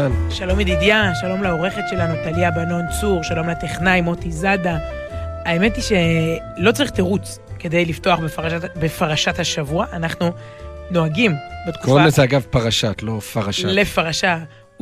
אהלן. שלום ידידיה, שלום לעורכת שלנו, טליה בנון צור, שלום לטכנאי מוטי זאדה. האמת היא שלא צריך תירוץ כדי לפתוח בפרשת השבוע, אנחנו נוהגים בתקופה... קוראים לזה אגב פרשת, לא פרשת. לפרשה,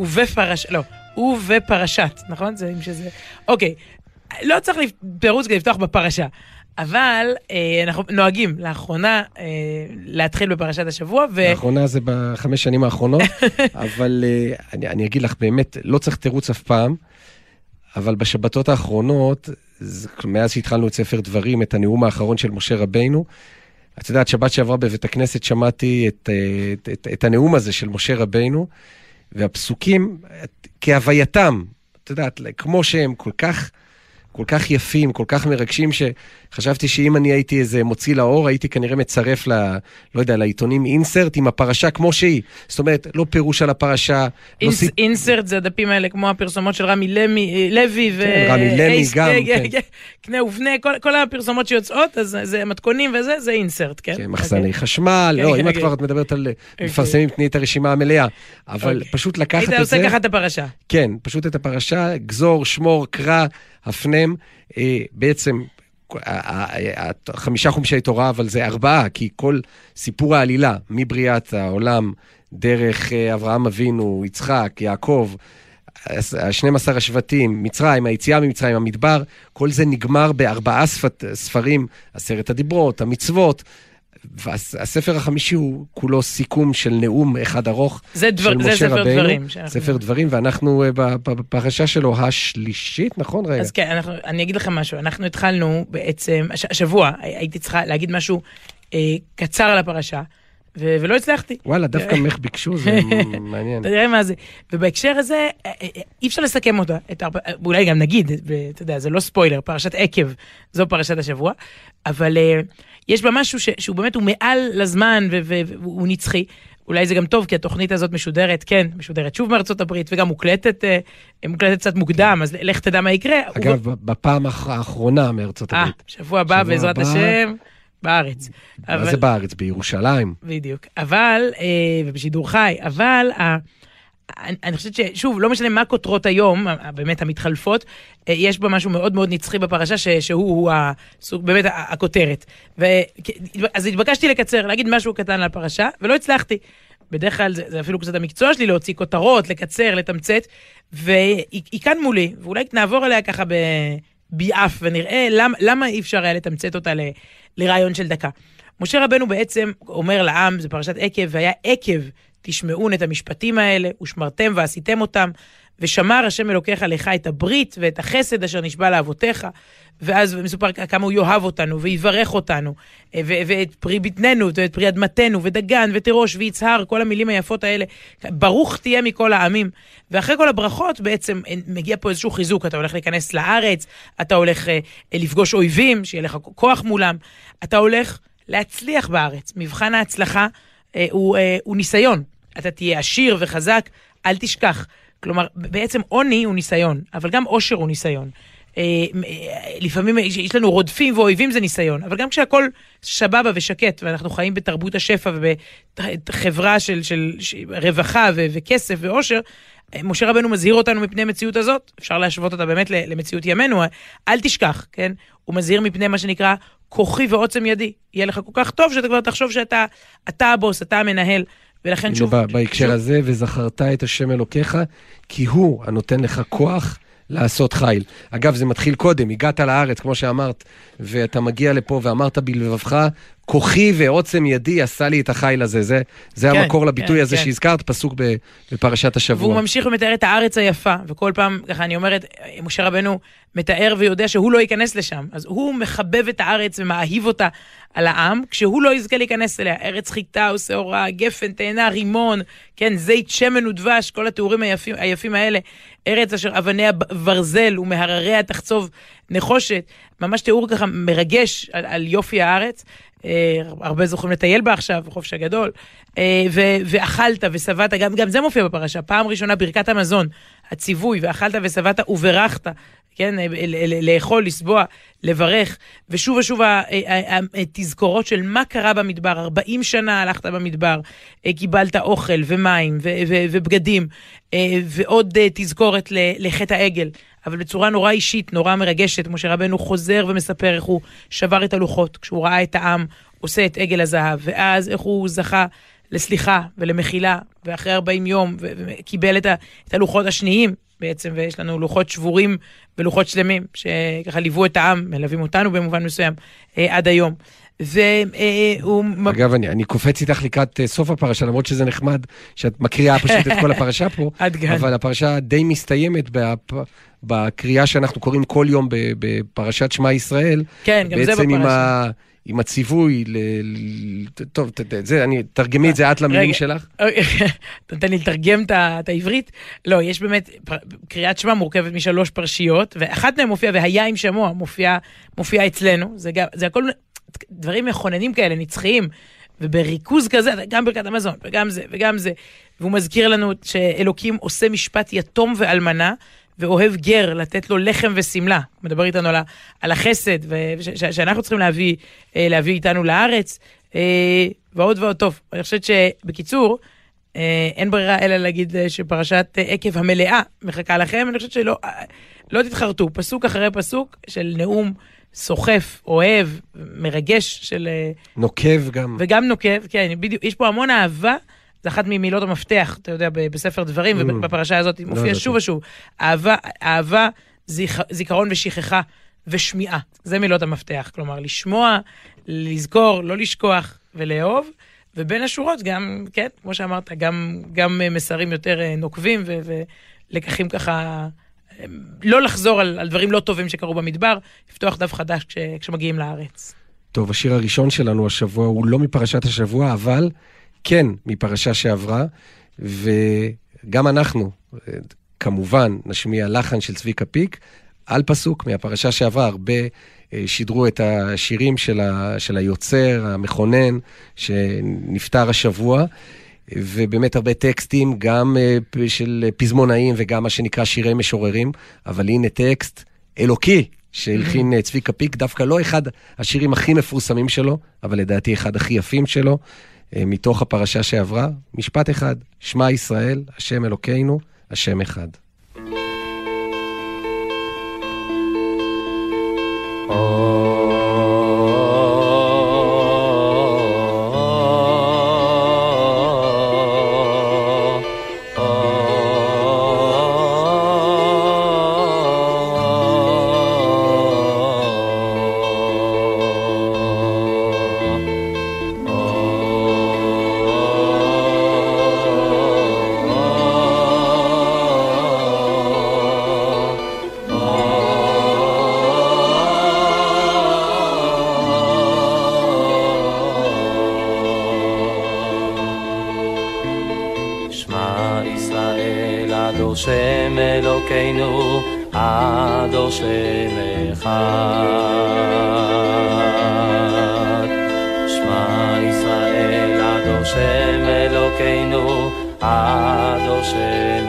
ובפרשת, נכון? זה שזה... אוקיי, לא צריך תירוץ כדי לפתוח בפרשה. אבל אנחנו נוהגים לאחרונה להתחיל בפרשת השבוע. לאחרונה זה ב5 שנים האחרונות, אבל אני אגיד לך באמת, לא צריך תירוץ אף פעם, אבל בשבתות האחרונות, מאז שהתחלנו את ספר דברים, את הנאום האחרון של משה רבינו, את יודעת, שבת שעברה בבית הכנסת שמעתי את הנאום הזה של משה רבינו, והפסוקים כהווייתם, את יודעת, כמו שהם כל כך יפים, כל כך מרגשים, שחשבתי שאם אני הייתי איזה מוציא לאור, הייתי כנראה מצרף לא יודע, לעיתונים אינסרט עם הפרשה כמו שהיא. זאת אומרת, לא פירוש על הפרשה. אינסרט זה הדפים האלה, כמו הפרסומות של רמי לוי רמי לוי גם. קנה ובנה, כל הפרסומות שיוצאות, אז זה מתכונים וזה, זה אינסרט, כן? כן, מחסני חשמל, לא, אם את כבר מדברת על מפרסמים, תני את הרשימה המלאה, אבל פשית לקחת את זה. היית עושה ככה את הפרשה. כן, פשוט את הפרשה, גזור, שמור, קרא, הפנם, בעצם 5 חומשי תורה, אבל זה 4, כי כל סיפור העלילה, מבריאת העולם, דרך אברהם אבינו, יצחק, יעקב, 12 השבטים, מצרים, היציאה ממצרים, המדבר, כל זה נגמר ב4 ספרים, 10 הדיברות, המצוות, והספר החמישי הוא כולו סיכום של נאום אחד ארוך של משה רבינו, ספר דברים, ואנחנו בפרשה שלו השלישית, נכון רגע? אז כן, אני אגיד לכם משהו, אנחנו התחלנו בעצם, השבוע הייתי צריכה להגיד משהו קצר על הפרשה, ולא הצלחתי. וואלה, דווקא ממך ביקשו, זה מעניין. תראה מה זה, ובהקשר הזה, אי אפשר לסכם אותה, אולי גם נגיד, אתה יודע, זה לא ספוילר, פרשת עקב, זו פרשת השבוע, אבל יש בה משהו שהוא באמת, הוא מעל לזמן, והוא נצחי. אולי זה גם טוב, כי התוכנית הזאת משודרת, כן, משודרת שוב מארצות הברית, וגם מוקלטת קצת מוקדם, אז לך תדע מה יקרה. אגב, בפעם האחרונה מארצות הברית. שבוע הבא, בעזרת השם, בארץ. מה זה בארץ? בירושלים. בדיוק. אבל, ובשידור חי, אבל אני חושבת ששוב, לא משנה מה כותרות היום, באמת המתחלפות, יש בה משהו מאוד מאוד נצחי בפרשה, שהוא באמת הכותרת. אז התבקשתי לקצר, להגיד משהו קטן על הפרשה, ולא הצלחתי. בדרך כלל זה אפילו קצת המקצוע שלי, להוציא כותרות, לקצר, לתמצת, והיא כאן מולי, ואולי נעבור אליה ככה ביעף, ונראה למה אי אפשר היה לתמצת אותה לרעיון של דקה. משה רבנו בעצם אומר לעם, זה פרשת עקב, והיה עקב, תשמעון את המשפטים האלה, ושמרתם ועשיתם אותם, ושמר השם אלוקיך לך את הברית, ואת החסד אשר נשבע לאבותיך, ואז מסופר כמה הוא יאהב אותנו, ויברך אותנו, ואת פרי בטננו, ואת פרי אדמתנו, ודגן, ותירוש, ויצהר, כל המילים היפות האלה, ברוך תהיה מכל העמים, ואחרי כל הברכות בעצם מגיע פה איזשהו חיזוק, אתה הולך להיכנס לארץ, אתה הולך לפגוש אויבים, שיהיה לך כוח מולם, אתה הולך להצליח בארץ, מבחן ההצלחה הוא ניסיון, אתה תהיה עשיר וחזק, אל תשכח, כלומר, בעצם עוני הוא ניסיון, אבל גם עושר הוא ניסיון. לפעמים יש לנו רודפים ואויבים זה ניסיון, אבל גם כשהכל שבבה ושקט, ואנחנו חיים בתרבות השפע ובחברה של רווחה וכסף ועושר, משה רבנו מזהיר אותנו מפני המציאות הזאת, אפשר להשוות אותה באמת למציאות ימינו, אל תשכח, כן? הוא מזהיר מפני מה שנקרא כוחי ועוצם ידי, יהיה לך כל כך טוב שאתה כבר תחשוב שאתה הבוס, אתה המנהל, ולכן שוב... בהקשר הזה, וזכרת את השם אלוקיך, כי הוא הנותן לך כוח לעשות חיל. אגב, זה מתחיל קודם, הגעת לארץ, כמו שאמרת, ואתה מגיע לפה ואמרת בלבבך, כוחי ועוצם ידי עשה לי את החיל הזה. זה המקור לביטוי הזה שהזכרת, פסוק בפרשת השבוע. והוא ממשיך ומתאר את הארץ היפה, וכל פעם, ככה אני אומרת, משה רבנו מתאר ויודע שהוא לא ייכנס לשם, אז הוא מחבב את הארץ ומאהיב אותה על העם, כשהוא לא יזכה להיכנס אליה, ארץ חיטה ושעורה, גפן, תאנה, רימון, כן, זית, שמן ודבש, כל התיאורים היפים האלה, ארץ אשר אבניה ברזל ומהרריה תחצוב נחושת, ממש תיאור ככה מרגש על יופי הארץ, הרבה זוכרים לטייל בה עכשיו, חופש הגדול, ואכלת ושבעת, גם זה מופיע בפרשה, פעם ראשונה ברכת המזון, הציווי, ואכלת ושבעת וברכת, כן, לאכול, לסבוע, לברך, ושוב ושוב התזכורות של מה קרה במדבר, 40 שנה הלכת במדבר, קיבלת אוכל ומים ובגדים, ועוד תזכורת לחטא העגל, אבל בצורה נורא אישית, נורא מרגשת, משה רבנו חוזר ומספר איך הוא שבר את הלוחות, כשהוא ראה את העם עושה את עגל הזהב, ואז איך הוא זכה לסליחה ולמחילה, ואחרי 40 יום, וקיבל את הלוחות השניים, בעצם, ויש לנו לוחות שבורים ולוחות שלמים, שככה ליוו את העם, מלווים אותנו במובן מסוים, עד היום. אגב, אני קופץ איתך לקראת סוף הפרשה, למרות שזה נחמד, שאת מקריאה פשוט את כל הפרשה פה, אבל הפרשה די מסתיימת בקריאה שאנחנו קוראים כל יום בפרשת שמע ישראל, כן, גם זה בפרשה. עם הציווי, טוב, אני תרגמי את זה את למילים שלך. נתן לי לתרגם את העברית. לא, יש באמת, קריאת שמע מורכבת מ3 פרשיות, ואחת מהן מופיעה, והיה עם שמוע, מופיעה אצלנו. זה הכל דברים מכוננים כאלה, נצחיים, ובריכוז כזה, גם ברכת המזון, וגם זה, וגם זה. והוא מזכיר לנו שאלוקים עושה משפט יתום ואלמנה, ואוהב גר, לתת לו לחם וסמלה. מדבר איתנו על החסד, שאנחנו צריכים להביא איתנו לארץ, ועוד ועוד טוב. אני חושבת שבקיצור, אין ברירה אלא להגיד שפרשת עקב המלאה מחכה לכם, אני חושבת שלא תתחרטו, פסוק אחרי פסוק של נאום סוחף, אוהב, מרגש של... נוקב גם. וגם נוקב, כן, בדיוק, יש פה המון אהבה, זה אחת ממילות המפתח, אתה יודע, בספר דברים, ובפרשה הזאת מופיע שוב ושוב. אהבה, זיכרון ושכחה ושמיעה. זה מילות המפתח. כלומר, לשמוע, לזכור, לא לשכוח ולאהוב, ובין השורות גם, כן, כמו שאמרת, גם מסרים יותר נוקבים ולקחים ככה, לא לחזור על דברים לא טובים שקרו במדבר, לפתוח דף חדש כשמגיעים לארץ. טוב, השיר הראשון שלנו השבוע הוא לא מפרשת השבוע, אבל... כן, מפרשה שעברה, וגם אנחנו, כמובן, נשמיע לחן של צביקה פיק, על פסוק מהפרשה שעברה, הרבה שידרו את השירים של היוצר, המכונן, שנפטר השבוע, ובאמת הרבה טקסטים, גם של פזמונאים, וגם מה שנקרא שירי משוררים, אבל הנה טקסט אלוקי, שהלחין צביקה פיק, דווקא לא אחד השירים הכי מפורסמים שלו, אבל לדעתי אחד הכי יפים שלו, מתוך הפרשה שעברה, משפט אחד, שמע ישראל, השם אלוקינו, השם אחד. השם אלוקינו עד השם אחד. שמע ישראל עד השם אלוקינו עד השם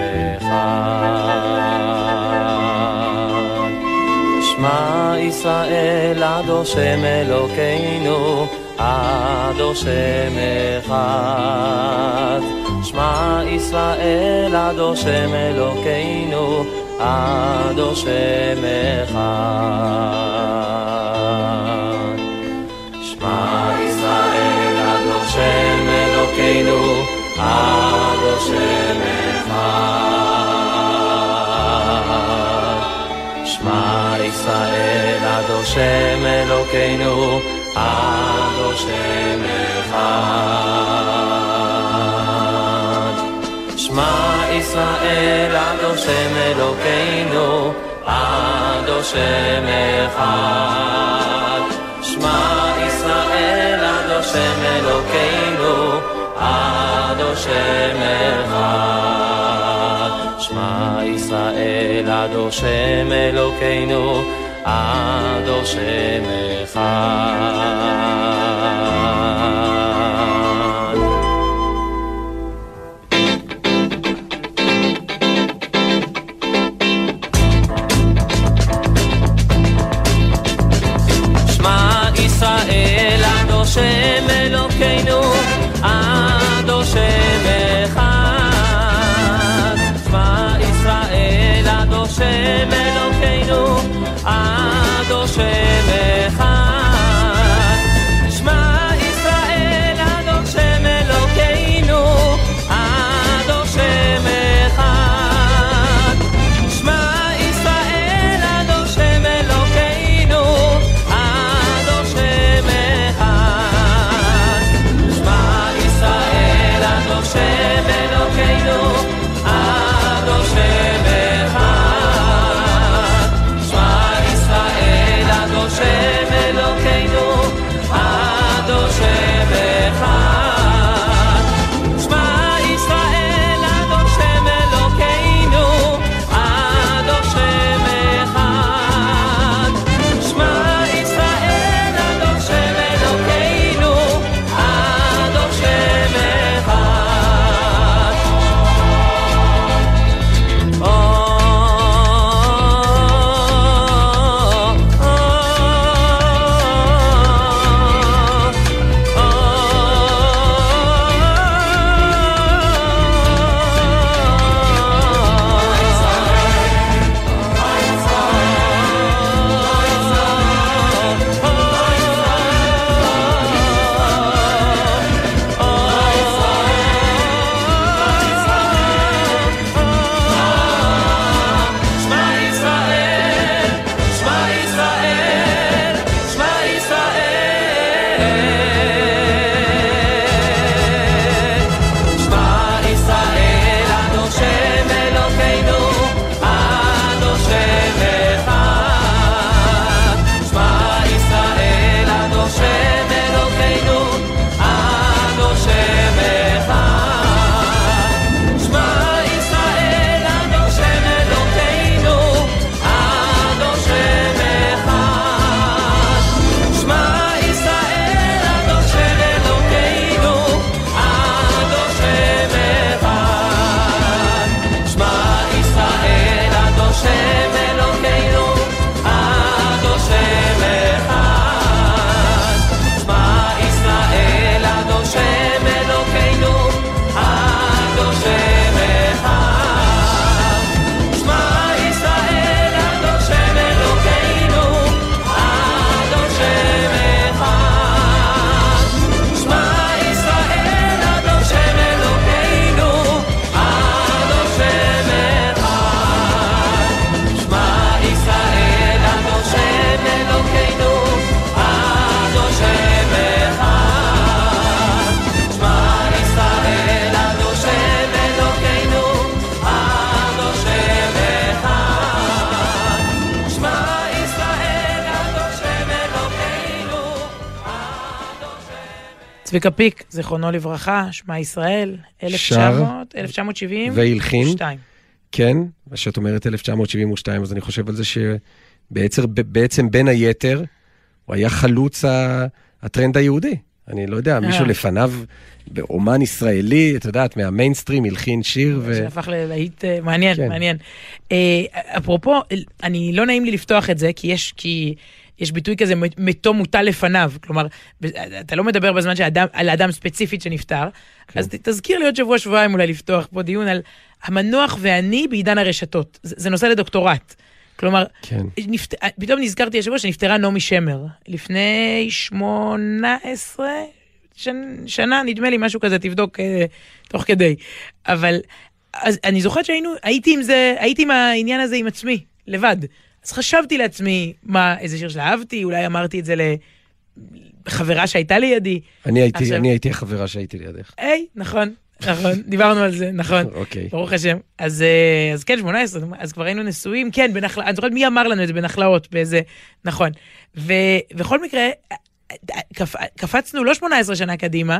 אחד. שמע ישראל עד השם אלוקינו עד השם אחד. שמע ישראל עד השם אלוקינו עד השם אחד. שמע ישראל עד השם אלוקינו עד השם אחד. שמע ישראל עד השם אלוקינו עד השם אחד. שמע ישראל עד השם אלוקינו עד השם אחד. שמע ישראל עד השם אלוקינו עד השם אחד. שמע ישראל עד השם אלוקינו עד השם אחד. השם אלוקינו, עד השם אחד. שמע ישראל, עד השם אלוקינו, עד השם אחד. שמע ישראל, עד השם אלוקינו, עד השם אחד. שמע ישראל, עד השם אלוקינו, עד השם אחד. שמע ישראל, עד השם אלוקינו, עד השם אחד. שמע ישראל, עד השם אלוקינו, עד השם אחד. שמע ישראל, עד השם אלוקינו, עד השם אחד. שמע ישראל, עד השם אלוקינו, עד השם אחד. צביקה פיק, זיכרונו לברכה, שמע ישראל, 1972. והלחין. כן, שאת אומרת 1972, אז אני חושב על זה שבעצם בין היתר, הוא היה חלוץ הטרנד היהודי. אני לא יודע, מישהו לפניו, באומן ישראלי, את יודעת, מהמיינסטרים, הלחין שיר שהפך ללהיט מעניין, מעניין. אפרופו, אני לא נעים לי לפתוח את זה, כי יש ביטוי כזה, מתו מוטל לפניו, כלומר, אתה לא מדבר בזמן על האדם ספציפית שנפטר, אז תזכיר לי עוד שבוע-שבועיים אולי לפתוח פה דיון על המנוח ואני בעידן הרשתות. זה נושא לדוקטורט. כלומר, פתאום נזכרתי השבוע שנפטרה נעמי שמר, לפני 18 שנה, נדמה לי משהו כזה, תבדוק תוך כדי. אבל, אז אני זוכרת הייתי עם העניין הזה עם עצמי, לבד. אז חשבתי לעצמי, איזה שיר שאהבתי, אולי אמרתי את זה לחברה שהייתה לידי. אני הייתי החברה שהייתי לידך. נכון, דיברנו על זה, נכון. ברוך השם. אז כן, 18, אז כבר היינו נשואים, כן, אני זוכרת מי אמר לנו את זה בנחלאות, באיזה, נכון. ובכל מקרה, קפצנו לא 18 שנה קדימה,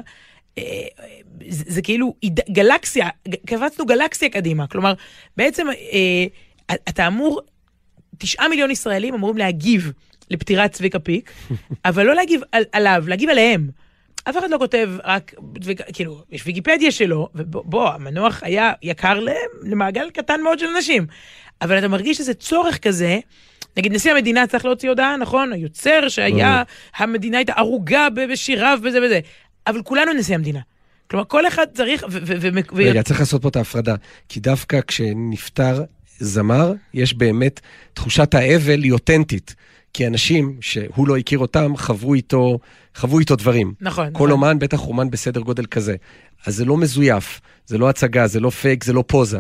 זה כאילו גלקסיה, קפצנו גלקסיה קדימה, כלומר, בעצם אתה אמור, 9 מיליון ישראלים אמורים להגיב לפטירת צביקה פיק, אבל לא להגיב עליו, להגיב עליהם. אף אחד לא כותב רק, כאילו, יש ויקיפדיה שלו, ובוא, המנוח היה יקר למעגל קטן מאוד של אנשים. אבל אתה מרגיש שזה צורך כזה, נגיד נשיא המדינה צריך להוציא הודעה, נכון? היוצר שהיה, המדינה הייתה ארוגה בשיריו וזה וזה. אבל כולנו נשיא המדינה. כלומר, כל אחד צריך... רגע, צריך לעשות פה את ההפרדה. כי דווקא כשנפטר זמר, יש באמת תחושת האבל היא אותנטית. כי אנשים שהוא לא הכיר אותם, חוו איתו דברים. נכון. כל אומן, בטח אומן בסדר גודל כזה. אז זה לא מזויף, זה לא הצגה, זה לא פייק, זה לא פוזה.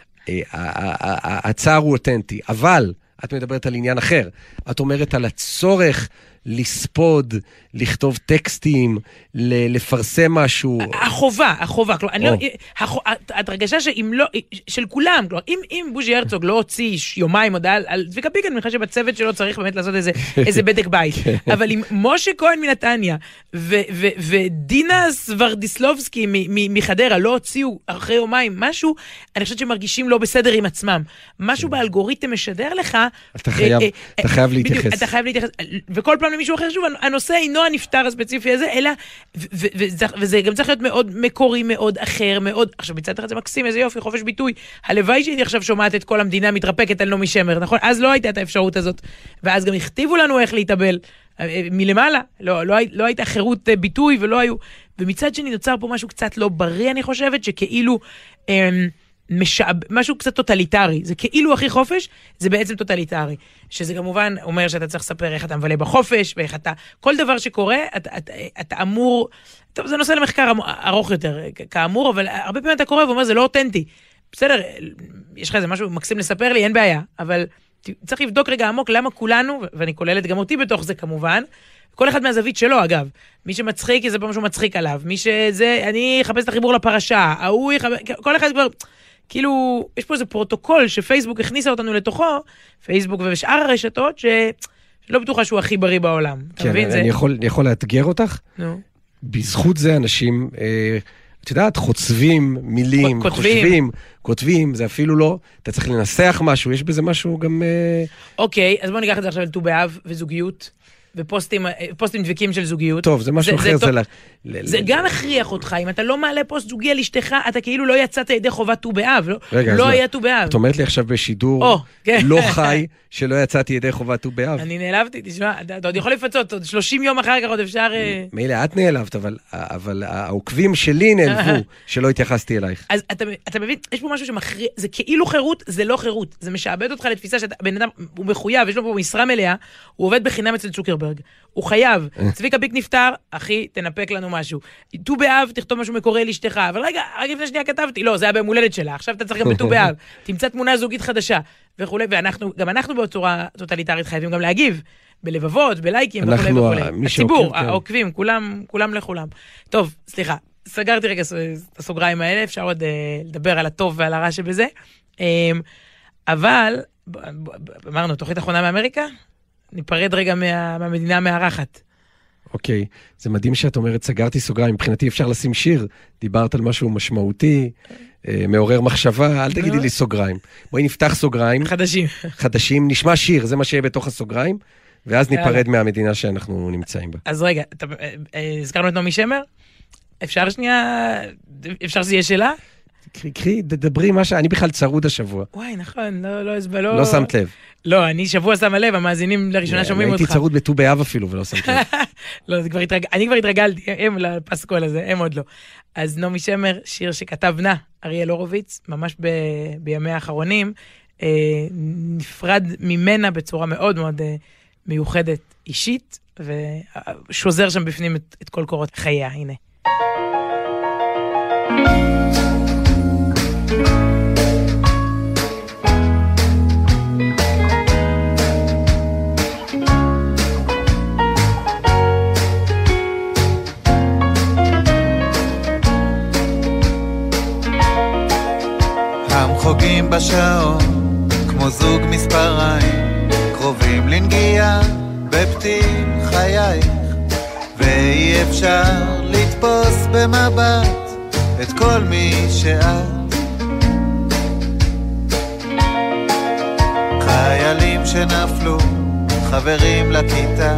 הצער הוא אותנטי, אבל את מדברת על עניין אחר. את אומרת על הצורך לספוד, לכתוב טקסטים, לפרסם משהו. החובה. כלומר, ההרגשה של כולם, כלומר, אם בוז'י הרצוג לא הוציא יומיים הודעה על צביקה פיק, אני חושב שבצוות שלו צריך באמת לעשות איזה בדק בית. אבל אם משה כהן מנתניה ודינה סברדיסלובסקי מחדרה לא הוציאו אחרי יומיים משהו, אני חושבת שמרגישים לא בסדר עם עצמם. משהו באלגוריתם משדר לך. אתה חייב להתייחס. אתה חייב להתייחס. וכל פעם למישהו אחר, שוב, הנושא אינו הנפטר הספציפי הזה, אלא, וזה גם צריך להיות מאוד מקורי, מאוד אחר, מאוד, עכשיו מצד אחד זה מקסים, איזה יופי, חופש ביטוי, הלוואי שהייתי עכשיו שומעת את כל המדינה מתרפקת על נעמי שמר, נכון? אז לא הייתה את האפשרות הזאת, ואז גם הכתיבו לנו איך להתאבל, מלמעלה, לא הייתה חירות ביטוי, ולא היו, ומצד שני נוצר פה משהו קצת לא בריא, אני חושבת, שכאילו, משהו קצת טוטליטרי, זה כאילו הכי חופש, זה בעצם טוטליטרי, שזה כמובן אומר שאתה צריך לספר איך אתה מבלה בחופש, ואיך אתה, כל דבר שקורה, אתה אמור, טוב, זה נושא למחקר ארוך יותר, כאמור, אבל הרבה פעמים אתה קורא ואומר, זה לא אותנטי, בסדר, יש לך איזה משהו מקסים לספר לי, אין בעיה, אבל צריך לבדוק רגע עמוק למה כולנו, ואני כוללת גם אותי בתוך זה כמובן, כל אחד מהזווית שלו, אגב. מי שמצחיק, זה פעם משהו מצחיק עליו. מי שזה, אני אחפש את החיבור לפרשה. כל אחד כבר, כאילו, יש פה איזה פרוטוקול שפייסבוק הכניסה אותנו לתוכו, פייסבוק ובשאר הרשתות, שלא בטוחה שהוא הכי בריא בעולם. אתה מבין? אני יכול לאתגר אותך? נו. בזכות זה אנשים, את יודעת, חוצבים מילים, כותבים, זה אפילו לא, אתה צריך לנסח משהו, יש בזה משהו גם... אוקיי, אז בואו ניקח את זה עכשיו לט"ו באב וזוגיות. ופוסטים דבקים של זוגיות. טוב, זה משהו אחר. זה גם הכריח אותך, אם אתה לא מעלה פוסט זוגי על אשתך, אתה כאילו לא יצאת ידי חובת ט"ו באב, לא היה ט"ו באב. את אומרת לי עכשיו בשידור לא חי, שלא יצאתי ידי חובת ט"ו באב. אני נעלבתי, תשמע, אתה עוד יכול לפצות, עוד 30 יום אחר כך עוד אפשר... מילא, את נעלבת, אבל העוקבים שלי נעלבו, שלא התייחסתי אלייך. אז אתה מבין, יש פה משהו שמכריח, זה כאילו חירות, זה לא חירות, זה משעבד אותך לתפיסה שאתה, בן אדם, הוא מחויב, יש לו פה משרה מלאה, הוא עובד בחינם אצל צוקרברג, הוא חייב, צביקה פיק נפטר, אחי, תנפק לנו משהו. ט"ו באב, תכתוב משהו מקורא לאשתך, אבל רגע, רק לפני שנייה כתבתי, לא, זה היה ביום הולדת שלה, עכשיו אתה צריך גם בט"ו באב, תמצא תמונה זוגית חדשה, וכו', וגם אנחנו בצורה טוטליטרית חייבים גם להגיב, בלבבות, בלייקים וכו'. הציבור, העוקבים, כולם לכולם. טוב, סליחה, סגרתי רגע את הסוגריים האלה, אפשר עוד לדבר על הטוב ועל הרע שבזה, אבל, אמרנו, תוכנית אחרונה מאמריקה, ניפרד רגע מהמדינה המארחת. אוקיי, זה מדהים שאת אומרת, סגרתי סוגריים, מבחינתי אפשר לשים שיר, דיברת על משהו משמעותי, מעורר מחשבה, אל תגידי לי סוגריים. בואי נפתח סוגריים. חדשים, נשמע שיר, זה מה שיהיה בתוך הסוגריים, ואז ניפרד מהמדינה שאנחנו נמצאים בה. אז רגע, הזכרנו את נעמי שמר? אפשר שנייה, אפשר שזה יהיה שאלה? קחי, דברי מה אני בכלל צרוד השבוע. וואי, נכון, לא שמת לב. לא, אני שבוע שמה לב, המאזינים לראשונה שומעים אותך. הייתי צרוד בט"ו באב אפילו, ולא שמת לב. לא, אני כבר התרגלתי, הם לפסקול הזה, הם עוד לא. אז נעמי שמר, שיר שכתב נא, אריאל הורוביץ, ממש בימי האחרונים, נפרד ממנה בצורה מאוד מאוד מיוחדת אישית, ושוזר שם בפנים את כל קורות חייה, הנה. חוגים בשעון, כמו זוג מספריים, קרובים לנגיעה בפתיל חייך, ואי אפשר לתפוס במבט את כל מי שאת. חיילים שנפלו, חברים לכיתה,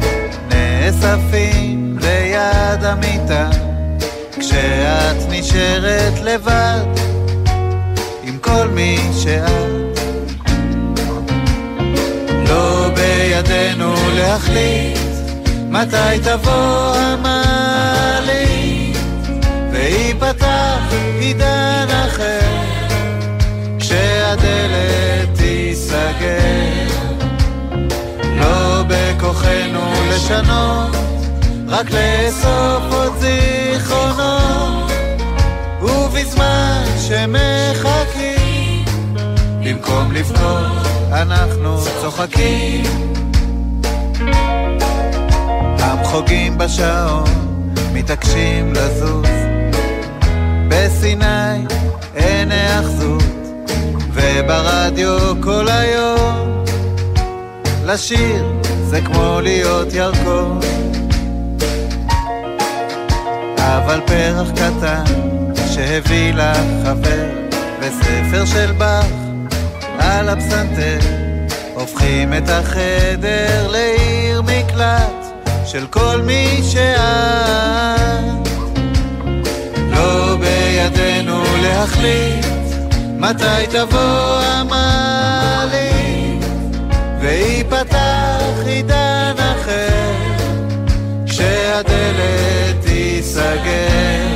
נאספים ליד המיטה, כשאת נשארת לבד עם כל מי שאת. לא להחליט מתי תבוא המעלית ויפתח עידן אחר כשהדלת תיסגר. לא בכוחנו לשנות, רק לאסוף עוד זיכרונות, ובזמן שמחכים במקום לבכות אנחנו צוחקים. המחוגים בשעון מתעקשים לזוז, בסיני אין האחזות, וברדיו כל היום לשיר זה כמו להיות ירקון. אבל פרח קטן שהביא לך חבר וספר של בח על הפסנתר הופכים את החדר לעיר מקלט של כל מי שאת. לא בידינו להחליט מתי תבוא המעלית ויפתח עידן אחר כשהדלת תיסגר.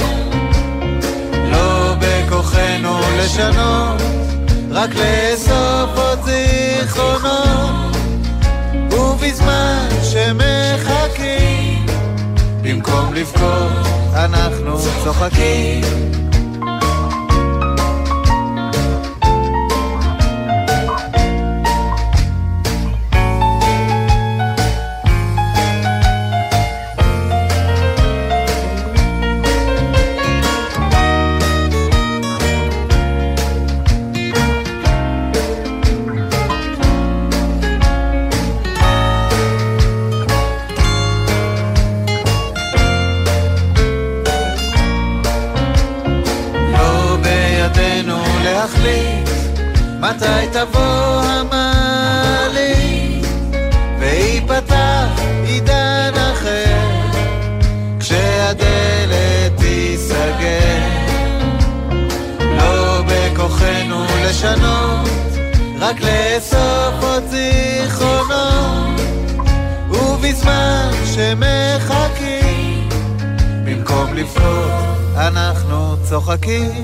לא בכוחנו לשנות, רק לאסוף עוד זיכרונות, ובזמן שמחכים במקום לבכות אנחנו צוחקים. מתי תבוא המעלית ויפתח עידן אחר כשהדלת תיסגר. לא בכוחנו לשנות, רק לאסוף עוד זיכרונות, ובזמן שמחכים במקום לפחות אנחנו צוחקים.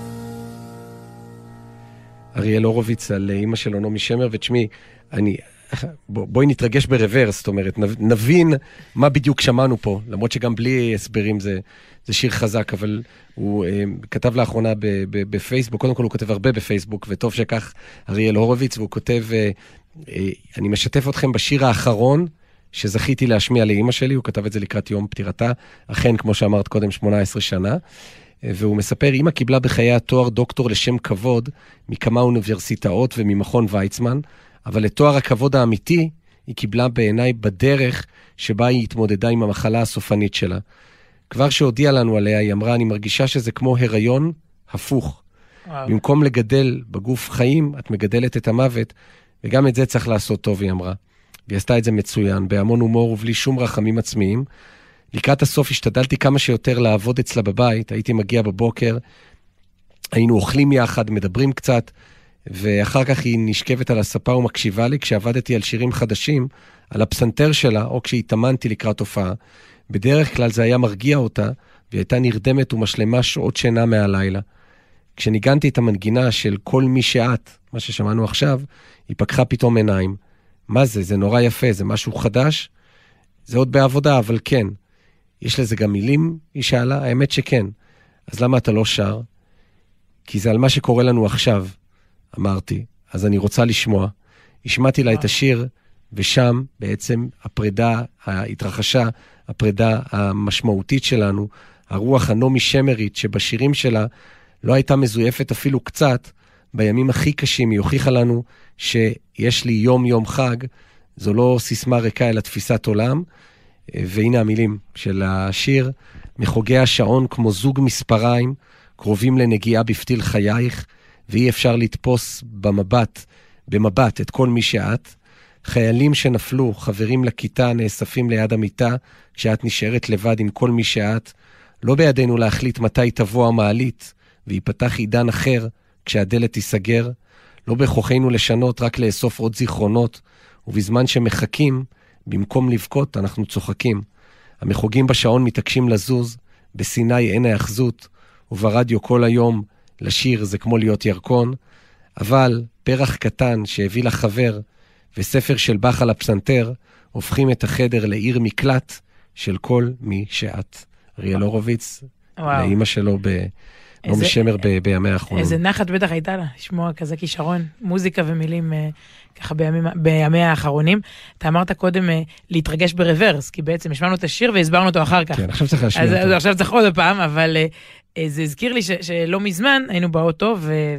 אריאל הורוביץ על אמא שלו נעמי שמר, ותשמעי, בואי נתרגש ברוורס, זאת אומרת, נבין מה בדיוק שמענו פה, למרות שגם בלי הסברים זה שיר חזק, אבל הוא כתב לאחרונה בפייסבוק, קודם כל הוא כותב הרבה בפייסבוק, וטוב שכך אריאל הורוביץ, והוא כותב, אני משתף אתכם בשיר האחרון שזכיתי להשמיע לאמא שלי, הוא כתב את זה לקראת יום פטירתה, אכן, כמו שאמרת קודם, 18 שנה, והוא מספר, אמא קיבלה בחיי התואר דוקטור לשם כבוד מכמה אוניברסיטאות וממכון ויצמן, אבל לתואר הכבוד האמיתי היא קיבלה בעיניי בדרך שבה היא התמודדה עם המחלה הסופנית שלה. כבר שהודיעה לנו עליה, היא אמרה, אני מרגישה שזה כמו הריון הפוך. במקום לגדל בגוף חיים, את מגדלת את המוות, וגם את זה צריך לעשות טוב, היא אמרה. והיא עשתה את זה מצוין, בהמון הומור ובלי שום רחמים עצמיים. לקראת הסוף השתדלתי כמה שיותר לעבוד אצלה בבית, הייתי מגיע בבוקר, היינו אוכלים יחד, מדברים קצת, ואחר כך היא נשכבת על הספה ומקשיבה לי, כשעבדתי על שירים חדשים, על הפסנתר שלה, או כשהתאמנתי לקראת הופעה. בדרך כלל זה היה מרגיע אותה, והיא הייתה נרדמת ומשלמה שעות שינה מהלילה. כשניגנתי את המנגינה של כל מי שאת, מה ששמענו עכשיו, היא פקחה פתאום עיניים. מה זה? זה נורא יפה, זה משהו חדש? זה עוד בעבודה, אבל כן. יש לזה גם מילים? היא שאלה, האמת שכן. אז למה אתה לא שר? כי זה על מה שקורה לנו עכשיו, אמרתי. אז אני רוצה לשמוע. השמעתי לה את השיר, ושם בעצם הפרידה, התרחשה, הפרידה המשמעותית שלנו, הרוח הנעמי שמרית שבשירים שלה לא הייתה מזויפת אפילו קצת, בימים הכי קשים היא הוכיחה לנו שיש לי יום יום חג, זו לא סיסמה ריקה אלא תפיסת עולם, והנה המילים של השיר, מחוגי השעון כמו זוג מספריים, קרובים לנגיעה בפתיל חייך, ואי אפשר לתפוס במבט את כל מי שאת, חיילים שנפלו, חברים לכיתה, נאספים ליד המיטה, כשאת נשארת לבד עם כל מי שאת, לא בידינו להחליט מתי תבוא המעלית, ויפתח עידן אחר כשהדלת תיסגר, לא בכוחנו לשנות, רק לאסוף עוד זיכרונות, ובזמן שמחכים, במקום לבכות, אנחנו צוחקים. המחוגים בשעון מתעקשים לזוז, בסיני אין האחזות, וברדיו כל היום לשיר זה כמו להיות ירקון, אבל פרח קטן שהביא לחבר, וספר של בח על הפסנתר, הופכים את החדר לעיר מקלט של כל מי שאת. אריאל הורוביץ, לאמא שלו נעמי שמר בימי האחרונים. איזה נחת בטח הייתה לה, לשמוע כזה כישרון, מוזיקה ומילים ככה בימי האחרונים. אתה אמרת קודם להתרגש ברוורס, כי בעצם השמענו את השיר והסברנו אותו אחר כך. כן, עכשיו צריך להשמיע אותו. אז עכשיו צריך עוד פעם, אבל זה הזכיר לי שלא מזמן היינו באוטו,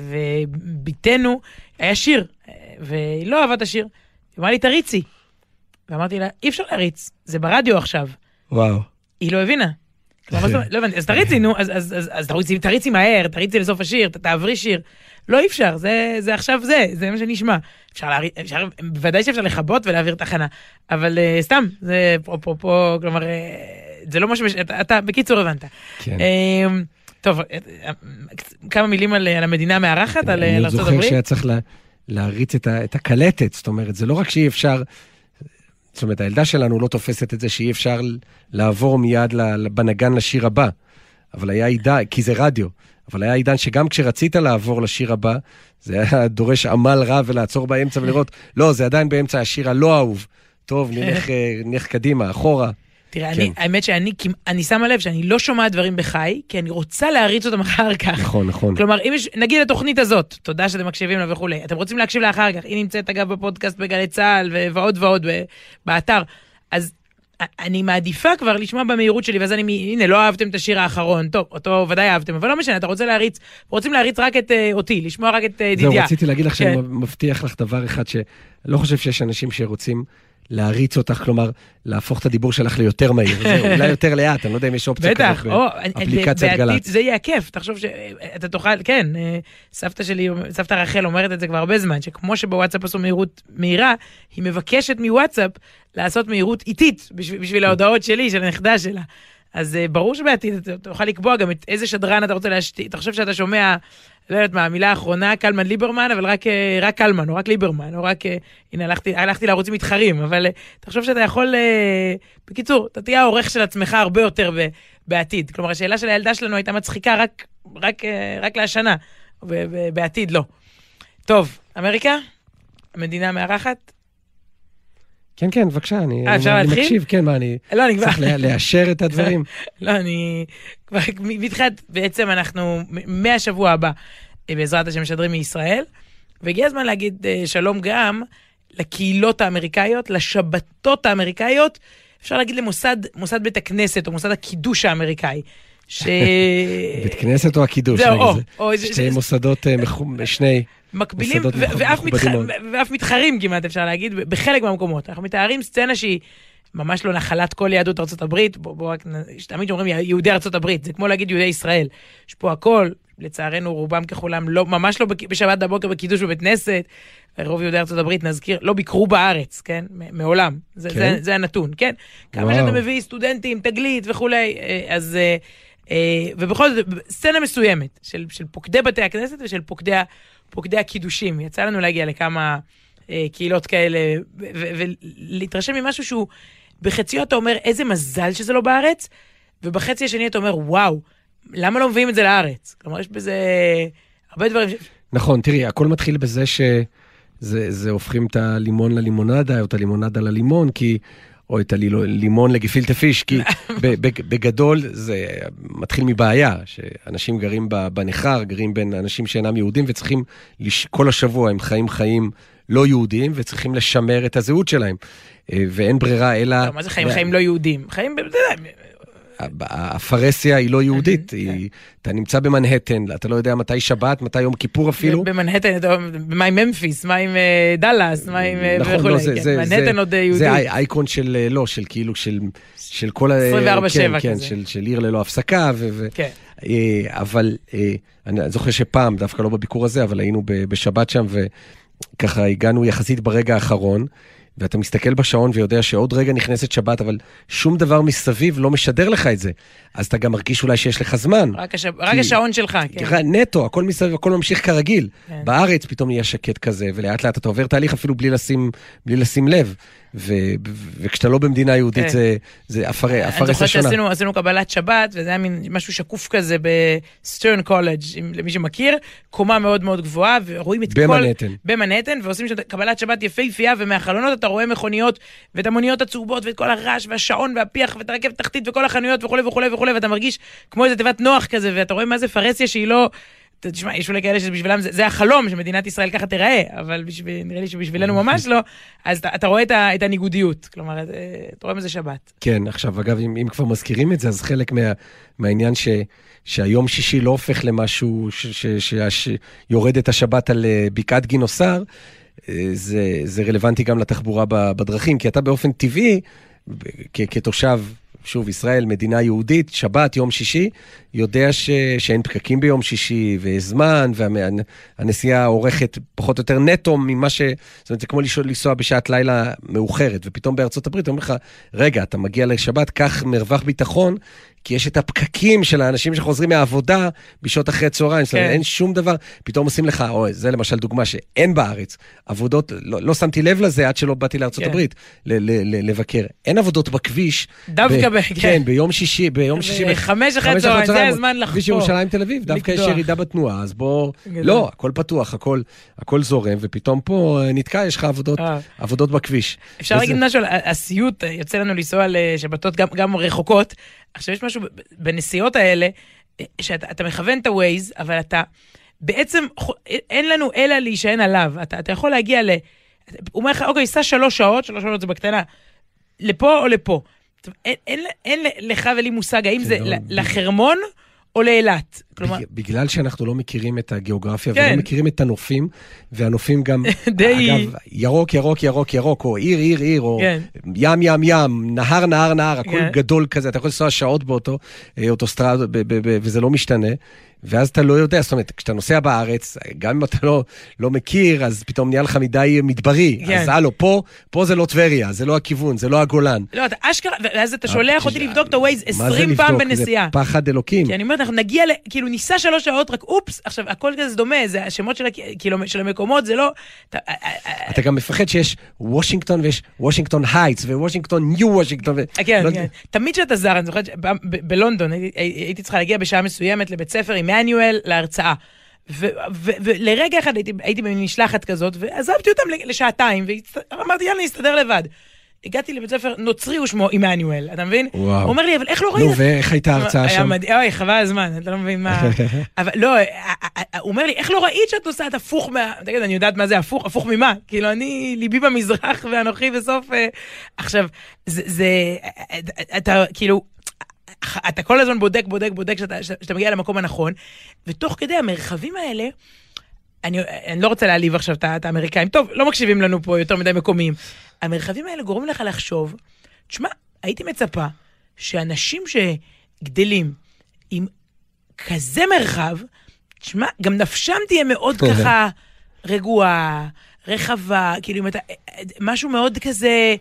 וביתנו היה שיר, והיא לא אהבה את השיר. היא אמרה לי, תריצי. ואמרתי לה, אי אפשר להריץ, זה ברדיו עכשיו. וואו. היא לא הבינה. לא הבנתי, אז תריצי, נו, אז תריצי מהר, תריצי לסוף השיר, תעברי שיר. לא, אי אפשר, זה עכשיו זה מה שנשמע. בוודאי שאפשר לחבות ולהעביר תחנה, אבל סתם, זה פה, כלומר, זה לא משהו, אתה בקיצור הבנת. כן. טוב, כמה מילים על המדינה המארחת, על ארצות הברית? אני זוכר שהיה צריך להריץ את הקלטת, זאת אומרת, זה לא רק שאי אפשר, זאת אומרת, הילדה שלנו לא תופסת את זה שאי אפשר לעבור מיד בנגן לשיר הבא, אבל היה עידן, כי זה רדיו, אבל היה עידן שגם כשרצית לעבור לשיר הבא, זה היה דורש עמל רב ולעצור באמצע ולראות, לא, זה עדיין באמצע השיר הלא אהוב, טוב, נלך קדימה, אחורה. תראה, האמת שאני שמה לב שאני לא שומעת דברים בחי, כי אני רוצה להריץ אותם אחר כך. נכון, נכון. כלומר, אם יש, נגיד התוכנית הזאת, תודה שאתם מקשיבים לה וכו', אתם רוצים להקשיב לה אחר כך, היא נמצאת אגב בפודקאסט בגלי צהל, ועוד ועוד באתר, אז אני מעדיפה כבר לשמוע במהירות שלי, ואז הנה, לא אהבתם את השיר האחרון, טוב, אותו ודאי אהבתם, אבל לא משנה, אתה רוצה להריץ, רוצים להריץ רק את אותי, לשמוע רק את דידיה. זהו, רציתי להגיד לך שאני מבטיח לך דבר אחד, שלא חושב שיש אנשים שרוצים להריץ אותך, כלומר, להפוך את הדיבור שלך ליותר מהיר, זה אולי יותר לאט, אני לא יודע אם יש אופציה כזאת באפליקציית גל"צ. זה יהיה כיף, תחשוב שאתה תוכל, כן, סבתא רחל אומרת את זה כבר הרבה זמן, שכמו שבוואטסאפ עשו מהירות מהירה, היא מבקשת מוואטסאפ לעשות מהירות איטית, בשביל ההודעות שלי, של הנכדה שלה. אז ברור שבעתיד אתה תוכל לקבוע גם את איזה שדרן אתה רוצה להשתיק, אתה חושב שאתה שומע, לא יודעת מה, המילה האחרונה, קלמן ליברמן, אבל רק קלמן, או רק ליברמן, או רק, הנה, הלכתי לערוצים מתחרים, אבל תחשוב שאתה יכול, בקיצור, אתה תהיה העורך של עצמך הרבה יותר בעתיד. כלומר, השאלה של הילדה שלנו הייתה מצחיקה רק להשנה, ובעתיד לא. טוב, אמריקה? המדינה מארחת? כן, כן, בבקשה, אני מקשיב, כן, מה, אני צריך לאשר את הדברים. לא, אני כבר מתחילת, בעצם אנחנו מהשבוע הבא, בעזרת השם משדרים מישראל, והגיע הזמן להגיד שלום גם לקהילות האמריקאיות, לשבתות האמריקאיות, אפשר להגיד למוסד בית הכנסת, או מוסד הקידוש האמריקאי. בית כנסת או הקידוש? שתי מוסדות, שני... מקבילים, ואף מתחרים כמעט אפשר להגיד, בחלק מהמקומות. אנחנו מתארים סצנה שהיא ממש לא נחלת כל יהדות ארצות הברית, תמיד אומרים יהודי ארצות הברית, זה כמו להגיד יהודי ישראל. יש פה הכל, לצערנו רובם ככולם, ממש לא בשבת בבוקר בקידוש בבית כנסת, רוב יהודי ארצות הברית נזכיר, לא ביקרו בארץ, כן? מעולם. זה הנתון, כן? כמה שאתה מביא סטודנטים, תגלית וכולי, אז... ובכל זאת, סצנה מסוימת של פוקדי בתי הכנסת ושל פוקדי הקידושים. יצא לנו להגיע לכמה קהילות כאלה, ולהתרשם ממשהו שהוא, בחציו אתה אומר, איזה מזל שזה לא בארץ, ובחצי השני אתה אומר, וואו, למה לא מביאים את זה לארץ? כלומר, יש בזה הרבה דברים נכון, תראי, הכל מתחיל בזה שזה הופכים את הלימון ללימונדה, או את הלימונדה ללימון, או את הלימון לגפילטע פיש, כי בגדול זה מתחיל מבעיה, שאנשים גרים בנחר, גרים בין אנשים שאינם יהודים, וצריכים, כל השבוע הם חיים לא יהודים, וצריכים לשמר את הזהות שלהם. ואין ברירה אלא... מה זה חיים לא יהודים? חיים... הפרסיה היא לא יהודית, אתה נמצא במנהטן, אתה לא יודע מתי שבת, מתי יום כיפור אפילו. במנהטן, מה עם ממפיס, מה עם דלס, מה עם... נכון, מנהטן עוד יהודית. זה אייקון של, לא, של כאילו, של כל... 24/7 כזה. של עיר ללא הפסקה, אבל אני זוכר שפעם, דווקא לא בביקור הזה, אבל היינו בשבת שם, וככה הגענו יחסית ברגע האחרון, ואתה מסתכל בשעון ויודע שעוד רגע נכנסת שבת, אבל שום דבר מסביב לא משדר לך את זה. אז אתה גם מרגיש אולי שיש לך זמן. רק השעון שלך, כן. נטו, הכל מסביב, הכל ממשיך כרגיל. בארץ פתאום נהיה שקט כזה, ולאט לאט אתה עובר תהליך אפילו בלי לשים לב. וכשאתה לא במדינה יהודית זה אפרסה שונה. אני זוכרת שעשינו קבלת שבת, וזה היה מין משהו שקוף כזה בסטרן קולג', למי שמכיר, קומה מאוד מאוד גבוהה, ורואים את כל... במנהטן, ועושים קבלת שבת יפהפייה, ומהחלונות אתה רואה מכוניות, ואת המוניות הצהובות, ואת כל הרעש, והשעון, והפיח, ואת הרכבת תחתית, וכל החנויות, וכו' וכו' וכו', ואתה מרגיש כמו איזה תיבת נוח כזה, ואתה רואה מה זה פרסיה שהיא לא... תשמע, יש אולי כאלה שבשבילם זה החלום שמדינת ישראל ככה תיראה, אבל נראה לי שבשבילנו ממש לא, אז אתה רואה את הניגודיות, כלומר, אתה רואה מזה שבת. כן, עכשיו, אגב, אם כבר מזכירים את זה, אז חלק מהעניין שהיום שישי לא הופך למשהו שיורד את השבת על בקעת גינוסר, זה רלוונטי גם לתחבורה בדרכים, כי אתה באופן טבעי, כתושב... שוב, ישראל, מדינה יהודית, שבת, יום שישי, יודע שאין פקקים ביום שישי, וזמן, והנסיעה עורכת פחות או יותר נטו ממה זאת אומרת, זה כמו לנסוע בשעת לילה מאוחרת, ופתאום בארצות הברית, אומר לך, רגע, אתה מגיע לשבת, כך מרווח ביטחון, כי יש את הפקקים של האנשים שחוזרים מהעבודה בשעות אחרי צהריים, זאת אומרת, אין שום דבר, פתאום עושים לך, זה למשל דוגמה שאין בארץ, עבודות, לא שמתי לב לזה עד שלא באתי לארצות הברית לבקר, אין עבודות בכביש, דווקא כן, ביום שישי, 5 אחרי צהריים, זה הזמן לחפור. כביש ירושלים תל אביב, דווקא יש ירידה בתנועה, אז בוא, לא, הכל פתוח, הכל זורם, ופתאום פה נתקע, יש לך עבודות בכביש. אפשר להגיד משהו, הסיוט יוצא לנו לנסוע לשבתות גם רחוקות, עכשיו יש משהו בנסיעות האלה, שאתה מכוון את הווייז, אבל אתה בעצם, אין לנו אלא להישען עליו, אתה יכול להגיע הוא אומר לך, אוקיי, סע 3 שעות, 3 שעות זה בקטנה, לפה או לפה. אין לך ולי מושג, האם זה לחרמון או לאילת. בגלל שאנחנו לא מכירים את הגיאוגרפיה, ולא מכירים את הנופים, והנופים גם, אגב, ירוק, ירוק, ירוק, ירוק, או עיר, עיר, עיר, או ים, ים, ים, נהר, נהר, נהר, הכל גדול כזה, אתה יכול לנסוע שעות באותו אוטוסטרדה, וזה לא משתנה, ואז אתה לא יודע, זאת אומרת, כשאתה נוסע בארץ, גם אם אתה לא מכיר, אז פתאום נהיה לך מדי מדברי, אז פה זה לא טבריה, זה לא הכיוון, זה לא הגולן. לא, אתה אשכרה, ואז אתה שולח אותי לבדוק את הווייז 20 פעם בנסיעה. זה פחד אלוקים. כי אני אומרת, אנחנו נגיע, כאילו ניסע 3 שעות, רק אופס, עכשיו, הכל כזה דומה, זה השמות של המקומות, זה לא... אתה גם מפחד שיש וושינגטון, ויש וושינגטון הייטס, ווושינגטון ניו וושינגטון. כן, כן. תמיד שאתה זר, אני זוכרת, בלונדון, הייתי צריכה להגיע בשעה מסוימת לבית ספר עם מנואל להרצאה. ולרגע אחד הייתי במשלחת כזאת, ועזבתי אותם לשעתיים, ואמרתי, יאללה, נסתדר לבד. הגעתי לבית ספר נוצרי הוא שמו עמנואל, אתה מבין? הוא אומר לי, אבל איך לא ראית? נו, ואיך הייתה ההרצאה שם? אוי, חבל הזמן, אתה לא מבין מה... אבל לא, הוא אומר לי, איך לא ראית שאת נוסעת הפוך מה... תגיד, אני יודעת מה זה הפוך, הפוך ממה? כאילו, אני ליבי במזרח ואנוכי בסוף... עכשיו, אתה כאילו... אתה כל הזמן בודק שאתה מגיע למקום הנכון, ותוך כדי המרחבים האלה, אני לא רוצה להעליב עכשיו את האמריקאים, טוב, לא מקשיבים לנו פה יותר מדי מקומיים, המרחבים האלה גורמים לך לחשוב, תשמע, הייתי מצפה שאנשים שגדלים עם כזה מרחב, תשמע, גם נפשם תהיה מאוד ככה רגועה, רחבה, כאילו משהו מאוד כזה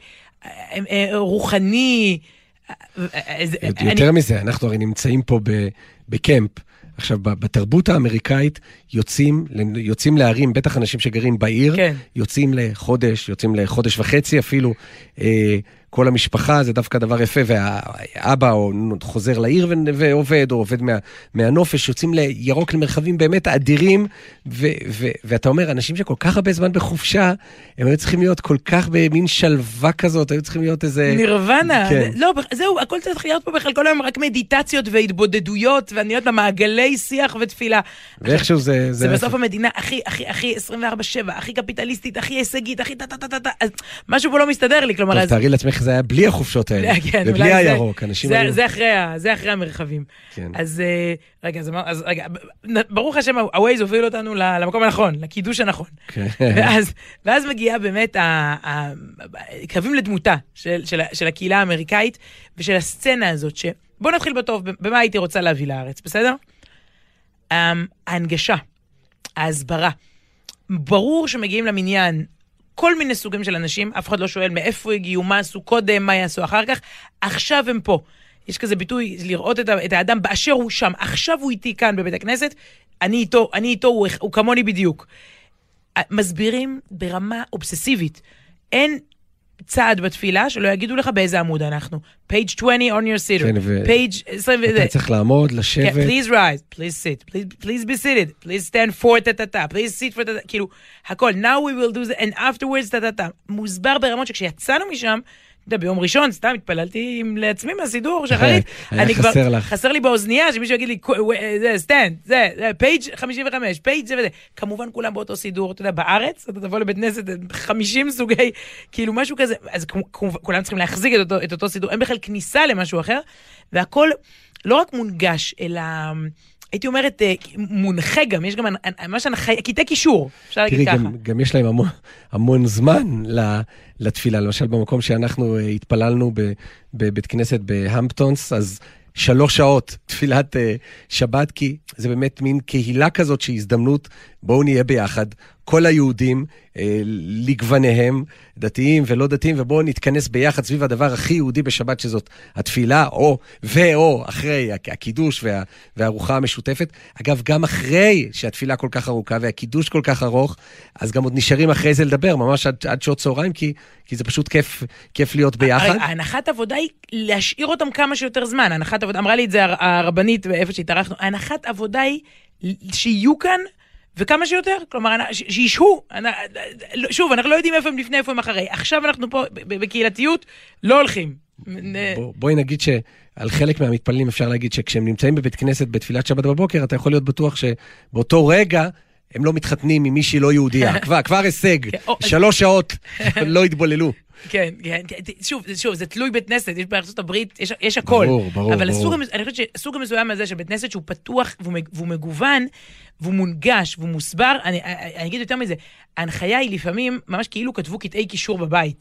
רוחני. יותר מזה, אנחנו הרי נמצאים פה בקמפ, עכשיו, בתרבות האמריקאית יוצאים להרים, בטח אנשים שגרים בעיר, יוצאים לחודש וחצי אפילו, כל המשפחה, זה דווקא דבר יפה, והאבא חוזר לעיר ועובד, או עובד מהנופש, יוצאים לירוק למרחבים באמת אדירים, ואתה אומר, אנשים שכל כך הרבה זמן בחופשה, הם היו צריכים להיות כל כך במין שלווה כזאת, היו צריכים להיות איזה... נירוונה, לא, זהו, הכל צריך להיות פה בכלל, כל היום רק מדיטציות והתבודדויות, ואני יודעת, מעגלי שיח ותפילה. ואיכשהו זה... זה בסוף המדינה הכי 24/7, הכי קפיטליסטית, הכי הישגית, הכי משהו פה לא מסתדר לי, כלומר... טוב, תארי לעצמך, זה היה בלי החופשות האלה, ובלי הירוק, אנשים היו... זה אחרי המרחבים. אז רגע, ברוך השם, הווייז הוביל אותנו למקום הנכון, לקידוש הנכון. ואז מגיעה באמת קווים לדמותה של הקהילה האמריקאית, ושל הסצנה הזאת, בוא נתחיל בטוב, במה הייתי רוצה להביא לארץ, בסדר? ההנגשה, ההסברה. ברור שמגיעים למניין כל מיני סוגים של אנשים, אף אחד לא שואל מאיפה הגיעו, מה עשו קודם, מה יעשו אחר כך, עכשיו הם פה. יש כזה ביטוי לראות את האדם באשר הוא שם, עכשיו הוא איתי כאן בבית הכנסת, אני איתו, הוא כמוני בדיוק. מסבירים ברמה אובססיבית. אין צעד בתפילה שלא יגידו לך באיזה עמוד אנחנו. page 20 on your sitter. כן, page 20. אתה צריך לעמוד, לשבת. please rise, please sit, please be seated, please stand for תתתה, please sit for תתתה, כאילו, הכל, now we will do that, and afterwards תתתה. מוסבר ברמות שכשיצאנו משם, ביום ראשון, סתם התפללתי לעצמי מהסידור, שחרית. היה חסר לך. חסר לי באוזנייה, שמישהו יגיד לי, סטנד, זה, פייג' 55, פייג' זה וזה. כמובן כולם באותו סידור, אתה יודע, בארץ, אתה תבוא לבית כנסת, 50 סוגי, כאילו משהו כזה, אז כולם צריכים להחזיק את אותו סידור, אין בכלל כניסה למשהו אחר, והכל לא רק מונגש, אלא הייתי אומרת, מונחה גם, יש גם ממש קטעי קישור, אפשר להגיד ככה. תראי, גם יש להם המון זמן לתפילה, למשל במקום שאנחנו התפללנו בבית כנסת בהמפטונס, אז 3 שעות תפילת שבת, כי זה באמת מין קהילה כזאת שהיא הזדמנות, בואו נהיה ביחד, כל היהודים לגווניהם, דתיים ולא דתיים, ובואו נתכנס ביחד סביב הדבר הכי יהודי בשבת, שזאת התפילה, או אחרי הקידוש והארוחה המשותפת. אגב, גם אחרי שהתפילה כל כך ארוכה והקידוש כל כך ארוך, אז גם עוד נשארים אחרי זה לדבר, ממש עד שעות צהריים, כי זה פשוט כיף להיות ביחד. ההנחת עבודה היא להשאיר אותם כמה שיותר זמן. ההנחת עבודה, אמרה לי את זה הרבנית איפה שהתארחנו, ההנחת עבודה היא שיהיו כאן וכמה שיותר, כלומר, שישהו, שוב, אנחנו לא יודעים איפה הם לפני, איפה הם אחרי. עכשיו אנחנו פה בקהילתיות, לא הולכים. בואי נגיד שעל חלק מהמתפללים אפשר להגיד שכשהם נמצאים בבית כנסת בתפילת שבת בבוקר, אתה יכול להיות בטוח שבאותו רגע הם לא מתחתנים עם מישהי לא יהודייה. כבר הישג, 3 שעות לא התבוללו. כן, שוב, זה תלוי בית כנסת, יש בארצות הברית, יש הכל. ברור. אבל אני חושבת שסוג המסוים הזה של בית כנסת שהוא פתוח והוא מגוון, והוא מונגש והוא מוסבר, אני אגיד יותר מזה, ההנחיה היא לפעמים ממש כאילו כתבו קטעי קישור בבית.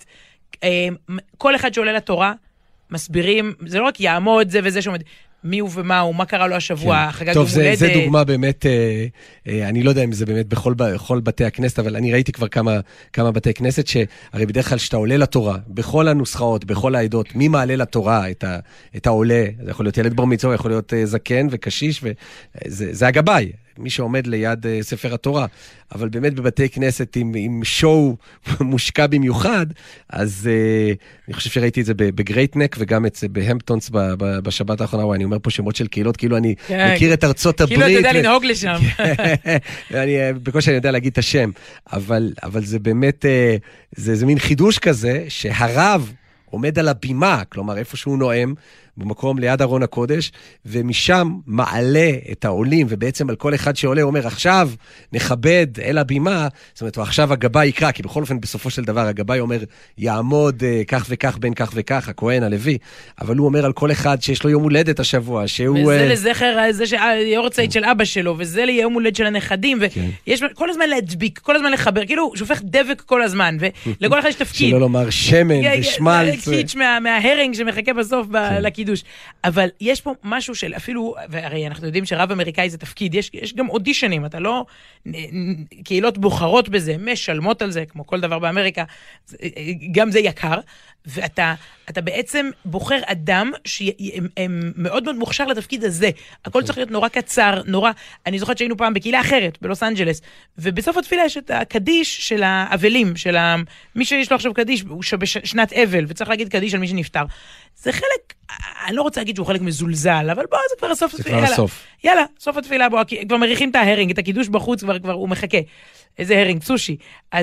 כל אחד שעולה לתורה, מסבירים, זה לא רק יעמוד זה וזה שעומד, מי הוא ומה הוא, מה קרה לו השבוע, חגג יום הולדת. טוב, זה דוגמה באמת, אני לא יודע אם זה באמת בכל בתי הכנסת, אבל אני ראיתי כבר כמה בתי כנסת, שהרי בדרך כלל שאתה עולה לתורה, בכל הנוסחאות, בכל העדות, מי מעלה לתורה את העולה, זה יכול להיות ילד בר מצווה, יכול להיות זקן וקשיש, זה הגבאי. מי שעומד ליד ספר התורה, אבל באמת בבתי כנסת עם שואו מושקע במיוחד, אז אני חושב שראיתי את זה בגרייטנק, וגם את זה בהמפטונס בשבת האחרונה, אני אומר פה שמות של קהילות, כאילו אני מכיר את ארצות הברית. כאילו אתה יודע לנהוג לשם. בקושי אני יודע להגיד את השם, אבל זה באמת, זה מין חידוש כזה, שהרב עומד על הבימה, כלומר איפה שהוא נואם, במקום ליד ארון הקודש, ומשם מעלה את העולים, ובעצם על כל אחד שעולה אומר, עכשיו נכבד אל הבימה, זאת אומרת, עכשיו הגבאי יקרא, כי בכל אופן בסופו של דבר הגבאי אומר, יעמוד כך וכך בין כך וכך, הכהן הלוי, אבל הוא אומר על כל אחד שיש לו יום הולדת השבוע, שהוא... וזה לזכר, זה יורצייט של אבא שלו, וזה ליום הולדת של הנכדים, ויש כל הזמן להדביק, כל הזמן לחבר, כאילו שופך דבק כל הזמן, ולכל אחד יש תפקיד. שלא לומר שמן ושמלץ. קיץ' מההרינג שמחכה בסוף לקידוש. אבל יש פה משהו של אפילו, והרי אנחנו יודעים שרב אמריקאי זה תפקיד, יש גם אודישנים, אתה לא, קהילות בוחרות בזה, משלמות על זה, כמו כל דבר באמריקה, גם זה יקר, ואתה בעצם בוחר אדם שמאוד מאוד מוכשר לתפקיד הזה. הכל צריך להיות נורא קצר, נורא, אני זוכרת שהיינו פעם בקהילה אחרת, בלוס אנג'לס, ובסוף התפילה יש את הקדיש של האבלים, של מי שיש לו עכשיו קדיש, הוא בשנת אבל, וצריך להגיד קדיש על מי שנפטר. זה חלק, אני לא רוצה להגיד שהוא חלק מזולזל, אבל בוא, זה כבר הסוף התפילה. זה כבר הסוף. יאללה, סוף התפילה, בוא, כבר מריחים את ההרינג, את הקידוש בחוץ, כבר הוא מחכה. איזה הרינג, סושי.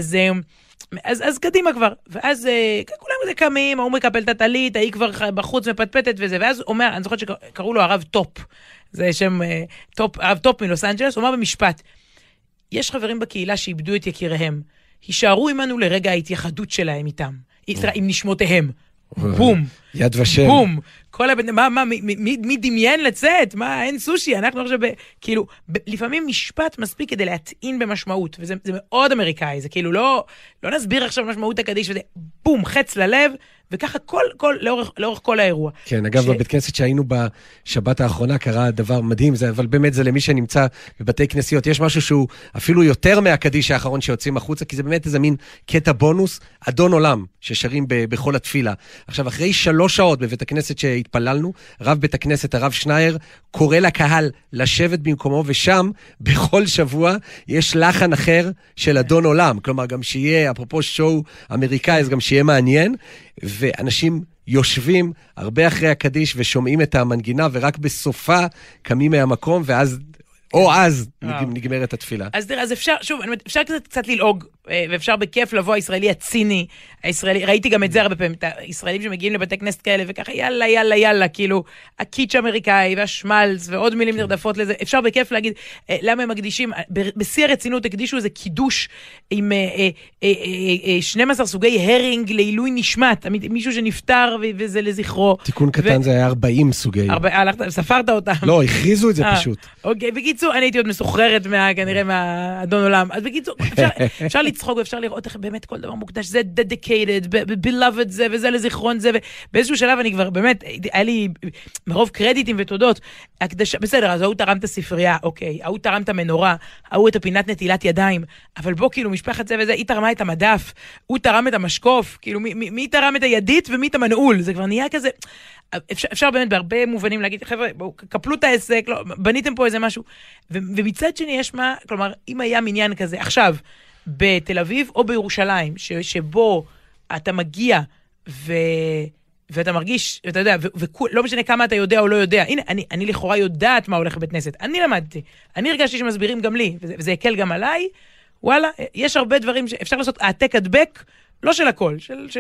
אז קדימה כבר, ואז כולם כזה קמים, הוא מקפל את הטלית, היא כבר בחוץ מפטפטת וזה, ואז אומר, אני זוכרת שקראו לו הרב טופ, זה שם טופ, הרב טופ מלוס אנג'לס, הוא אומר במשפט, יש חברים בקהילה שאיבדו את יקיריהם, הישארו עמנו לרגע ההתייחדות שלהם איתם, עם נשמותיהם. בום. יד ושם. בום. כל מי דמיין לצאת? מה, אין סושי, אנחנו עכשיו כאילו, לפעמים משפט מספיק כדי להטעין במשמעות, וזה מאוד אמריקאי, זה כאילו לא נסביר עכשיו משמעות הקדיש, וזה בום, חץ ללב, וככה לאורך כל האירוע. כן, אגב, בבית כנסת שהיינו בשבת האחרונה, קרה דבר מדהים, אבל באמת זה למי שנמצא בבתי כנסיות, יש משהו שהוא אפילו יותר מהקדיש האחרון שיוצאים החוצה, כי זה באמת איזה מין קטע בונוס, אדון עולם, ששרים בכל התפילה. עכשיו, אחרי 3 שעות בבית הכנסת שהתפללנו, רב בית הכנסת, הרב שנייר, קורא לקהל לשבת במקומו, ושם, בכל שבוע, יש לחן אחר של אדון עולם. כלומר, גם שיהיה, אפרופו שואו אמריקאי, אז גם שיהיה מעניין, ואנשים יושבים הרבה אחרי הקדיש ושומעים את המנגינה, ורק בסופה קמים מהמקום, ואז נגמרת התפילה. אז תראה, אז אפשר קצת ללעוג, ואפשר בכיף לבוא הישראלי הציני, ראיתי גם את זה הרבה פעמים, את הישראלים שמגיעים לבתי כנסת כאלה, וככה יאללה, יאללה, יאללה, כאילו, הקיץ' האמריקאי והשמלץ ועוד מילים נרדפות לזה, אפשר בכיף להגיד, למה הם מקדישים, בשיא הרצינות הקדישו איזה קידוש עם 12 סוגי הרינג לעילוי נשמת, מישהו שנפטר וזה לזכרו. תיקון קטן זה היה 40 סוגי. ספרת אותם. לא, הכריזו את זה פשוט. אוקיי, בקיצור, אני הייתי עוד מסוחררת כנראה מהאדון עולם. אז בקיצור, אפשר לצחוק ואפשר לראות איך באמת כל דבר מוקדש, זה dedicated, beloved זה וזה לזיכרון זה, ובאיזשהו שלב אני כבר באמת, היה לי מרוב קרדיטים ותודות, הקדשה, בסדר, אז ההוא תרם את הספרייה, אוקיי, ההוא תרם את המנורה, ההוא את הפינת נטילת ידיים, אבל בוא כאילו משפחת זה וזה, היא תרמה את המדף, הוא תרם את המשקוף, כאילו מי תרם את הידית ומי את המנעול, זה כבר נהיה כזה, אפשר באמת בהרבה מובנים להגיד, חבר'ה, בואו, קפלו את העסק, לא, בניתם פה איזה משהו, ומצד שני יש מה, כלומר, אם היה מניין כזה, עכשיו, בתל אביב או בירושלים, שבו אתה מגיע ואתה מרגיש, ואתה יודע, ולא משנה כמה אתה יודע או לא יודע, הנה, אני לכאורה יודעת מה הולך בבית כנסת, אני למדתי, אני הרגשתי שמסבירים גם לי, וזה יקל גם עליי, וואלה, יש הרבה דברים שאפשר לעשות העתק הדבק, לא של הכל,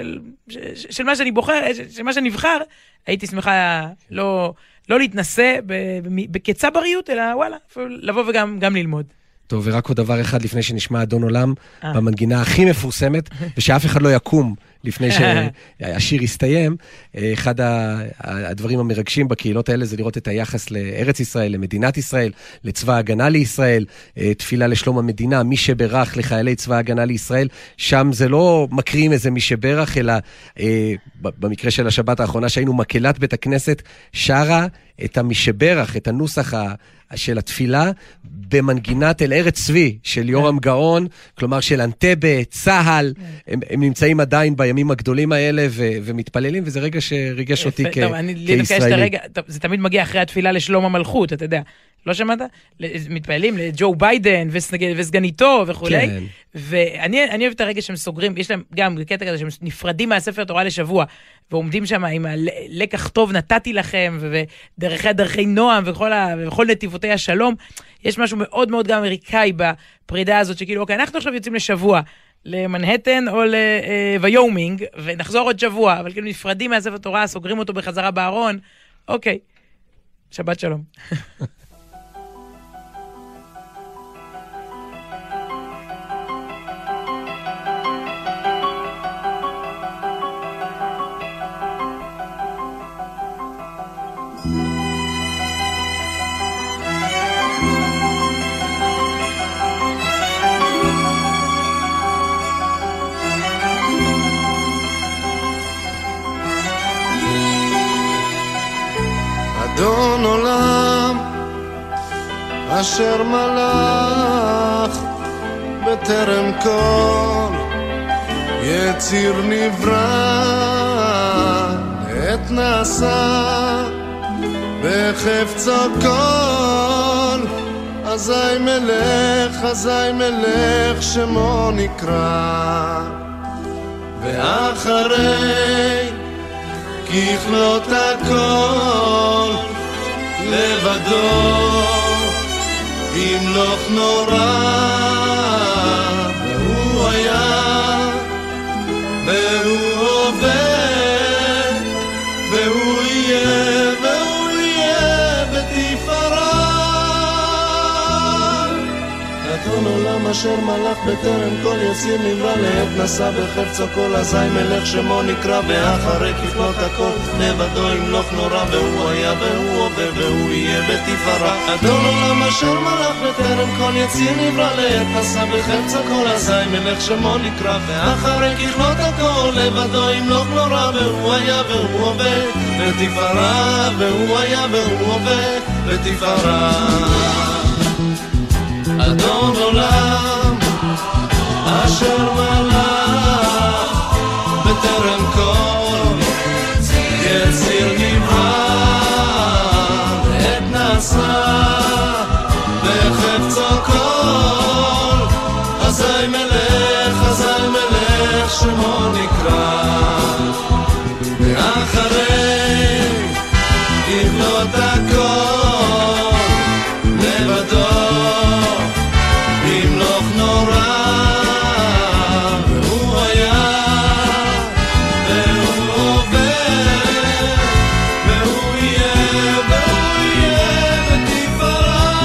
של מה שאני בוחר, של מה שנבחר, הייתי שמחה לא להתנסה בקצבריות, אלא וואלה, לבוא וגם ללמוד. טוב, ורק עוד דבר אחד לפני שנשמע אדון עולם, במנגינה הכי מפורסמת, ושאף אחד לא יקום לפני שהשיר יסתיים, אחד הדברים המרגשים בקהילות האלה זה לראות את היחס לארץ ישראל, למדינת ישראל, לצבא ההגנה לישראל, תפילה לשלום המדינה, מי שברך לחיילי צבא ההגנה לישראל, שם זה לא מקרים איזה מי שברך, אלא במקרה של השבת האחרונה שהיינו מקהלת בית הכנסת, שרה את המשברך, את הנוסח של התפילה, במנגינת אל ארץ צבי, של יורם גאון, כלומר של אנטבה, צהל, הם נמצאים עדיין בימים הגדולים האלה, ומתפללים, וזה רגע שריגש אותי כישראלי. זה תמיד מגיע אחרי התפילה לשלום המלכות, אתה יודע. לא שמעת? מתפעלים לג'ו ביידן וסגניתו וכו'. ואני אוהב את הרגע שהם סוגרים, יש להם גם קטע כזה שהם נפרדים מהספר תורה לשבוע, ועומדים שם עם הלקח טוב נתתי לכם, ודרכי נועם וכל נתיבותי השלום. יש משהו מאוד מאוד גם אמריקאי בפרידה הזאת, שכאילו, אוקיי, אנחנו עכשיו יוצאים לשבוע, למנהטן או לוויומינג, ונחזור עוד שבוע, אבל כאילו נפרדים מהספר תורה, סוגרים אותו בחזרה בארון, אוקיי, שבת שלום. אדון עולם אשר מלך בטרם כל יציר נברא עת נעשה בחפצו כל אזי מלך שמו נקרא ואחרי ככלות הכל לבדו ימלוך נורא והוא היה והוא עובד והוא יהיה בתפארה אדון עולם אשר מלך בטרם כל יציר נברא לעת נשא בחפצו כל אזי מלך שמו נקרא ואחרי ככלות הכל לבדו ימלוך נורא והוא היה והוא עובד והוא יהיה בתפארה אדון עולם אשר מלך בטרם כל יציר נברא לעת נשא בחפצו כל אזי מלך שמו נקרא ואחרי ככלות הכל לבדו ימלוך נורא והוא היה והוא הווה ותפארה והוא היה והוא הווה ותפארה אדון עולם אשר מלך בטרם כל יציר נברא את נעשה בחפצו כל אזי מלך שמו נקרא ואחרי יבלוט הכל לבדו ימלוך נורא והוא היה והוא הווה והוא יהיה בתפארה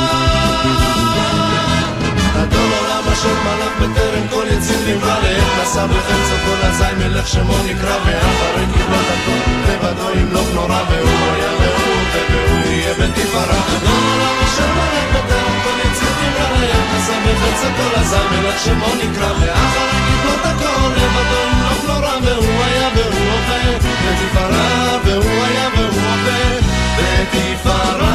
אדון עולם אשר מלך בטרם כל יציר נברא לעת נשא בחפצו כל אזי מלך שמו נקרא ואחרי יבלוט הכל לבדו ימלוך נורא והוא היה והוא הווה והוא יהיה בתפארה אדון עולם אשר מלך בטרם כל יציר נברא לעת נשא בחפצו כל אזי מלך שמו נקרא ואחרי יבלוט הכל לבדו ימלוך נורא והוא היה והוא הווה בתפארה והוא היה והוא הווה בתפארה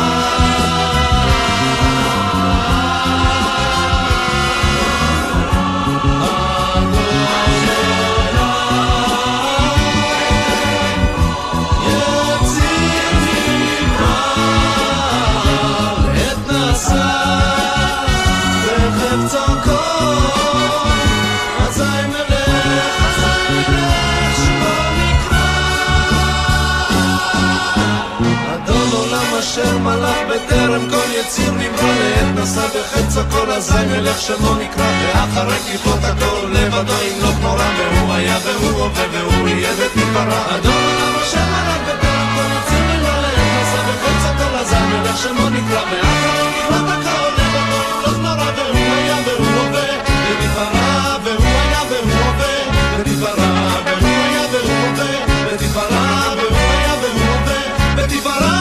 אשר מלך בטרם כל יציר נברא לעת נשא בחפצו כל אזי מלך שמו נקרא ואחרי כיפות הכל לבדו ימלוך נורא והוא היה והוא הווה והוא יהיה בתפארה אדון עולם אשר מלך בטרם כל יציר נברא לעת נשא בחפצו כל אזי מלך שמו נקרא ואחרי כיפות הכל לבדו ימלוך נורא והוא היה והוא הווה בתפארה והוא היה והוא הווה בתפארה והוא היה והוא הווה בתפארה והוא היה והוא הווה בתפארה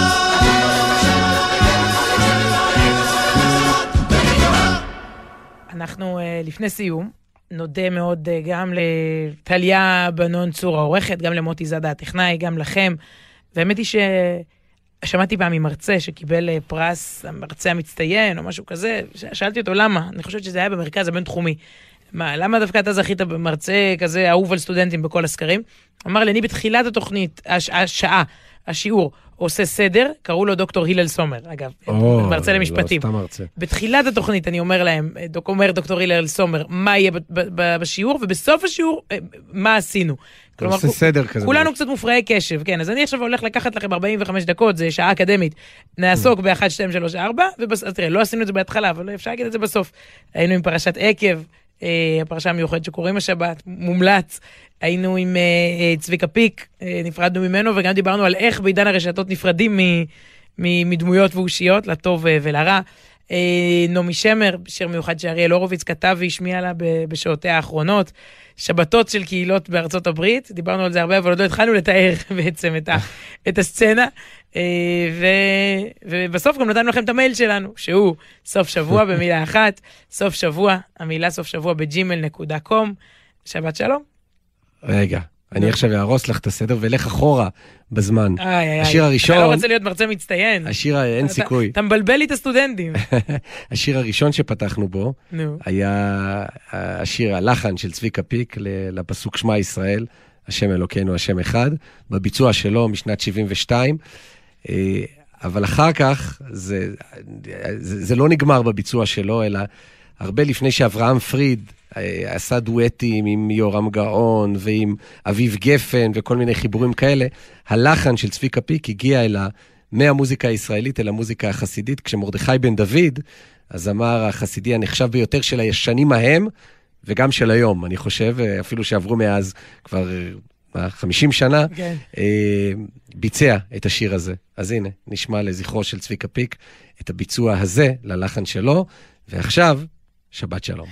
אנחנו לפני סיום, נודה מאוד גם לטליה בנון צור העורכת, גם למוטי זאדה הטכנאי, גם לכם. והאמת היא ששמעתי פעם ממרצה שקיבל פרס המרצה המצטיין או משהו כזה, שאלתי אותו למה, אני חושבת שזה היה במרכז הבינתחומי. למה דווקא אתה זכית במרצה כזה אהוב על סטודנטים בכל הסקרים? אמר לי, אני בתחילת התוכנית, השעה, השיעור, עושה סדר, קראו לו דוקטור הלל סומר, אגב, מרצה למשפטים. לא, סתם מרצה. בתחילת התוכנית אני אומר להם, אומר דוקטור הלל סומר, מה יהיה בשיעור, ובסוף השיעור, מה עשינו. כלומר, עושה סדר כזה. כולנו קצת מופרעי קשב, כן, אז אני עכשיו הולך לקחת לכם 45 דקות, זה שעה אקדמית, נעסוק ב-1, 2, 3, 4, אז תראה, לא עשינו את זה בהתחלה, אבל אפשר להגיד את זה בסוף. היינו עם פרשת עקב, הפרשה המיוחדת שקוראים השבת, מומלץ, היינו עם צביקה פיק, נפרדנו ממנו, וגם דיברנו על איך בעידן הרשתות נפרדים מדמויות ואושיות, לטוב ולרע. נעמי שמר, שיר מיוחד שאריאל הורוביץ כתב והשמיע לה בשעותיה האחרונות, שבתות של קהילות בארצות הברית, דיברנו על זה הרבה, אבל עוד לא התחלנו לתאר בעצם את הסצנה, ובסוף גם נתנו לכם את המייל שלנו, שהוא סוף שבוע במילה אחת, סוף שבוע, המילה סוף שבוע ב@gmail.com, שבת שלום. רגע, אני עכשיו אערוס לך את הסדר ולך אחורה בזמן. השיר הראשון... אתה לא רוצה להיות מרצה מצטיין. השיר, אין סיכוי. אתה מבלבל לי את הסטודנטים. השיר הראשון שפתחנו בו, היה השיר הלחן של צביקה פיק לפסוק שמע ישראל, השם אלוקינו, השם אחד, בביצוע שלו משנת 72, אבל אחר כך זה לא נגמר בביצוע שלו, אלא הרבה לפני שאברהם פריד עשה דואטים עם יורם גאון ועם אביב גפן וכל מיני חיבורים כאלה, הלחן של צביקה פיק הגיע מהמוזיקה הישראלית אל המוזיקה החסידית, כשמרדכי בן דוד, הזמר החסידי הנחשב ביותר של הישנים ההם, וגם של היום, אני חושב, אפילו שעברו מאז כבר 50 שנה, כן. ביצע את השיר הזה. אז הנה, נשמע לזכרו של צביקה פיק את הביצוע הזה ללחן שלו, ועכשיו, שבת שלום.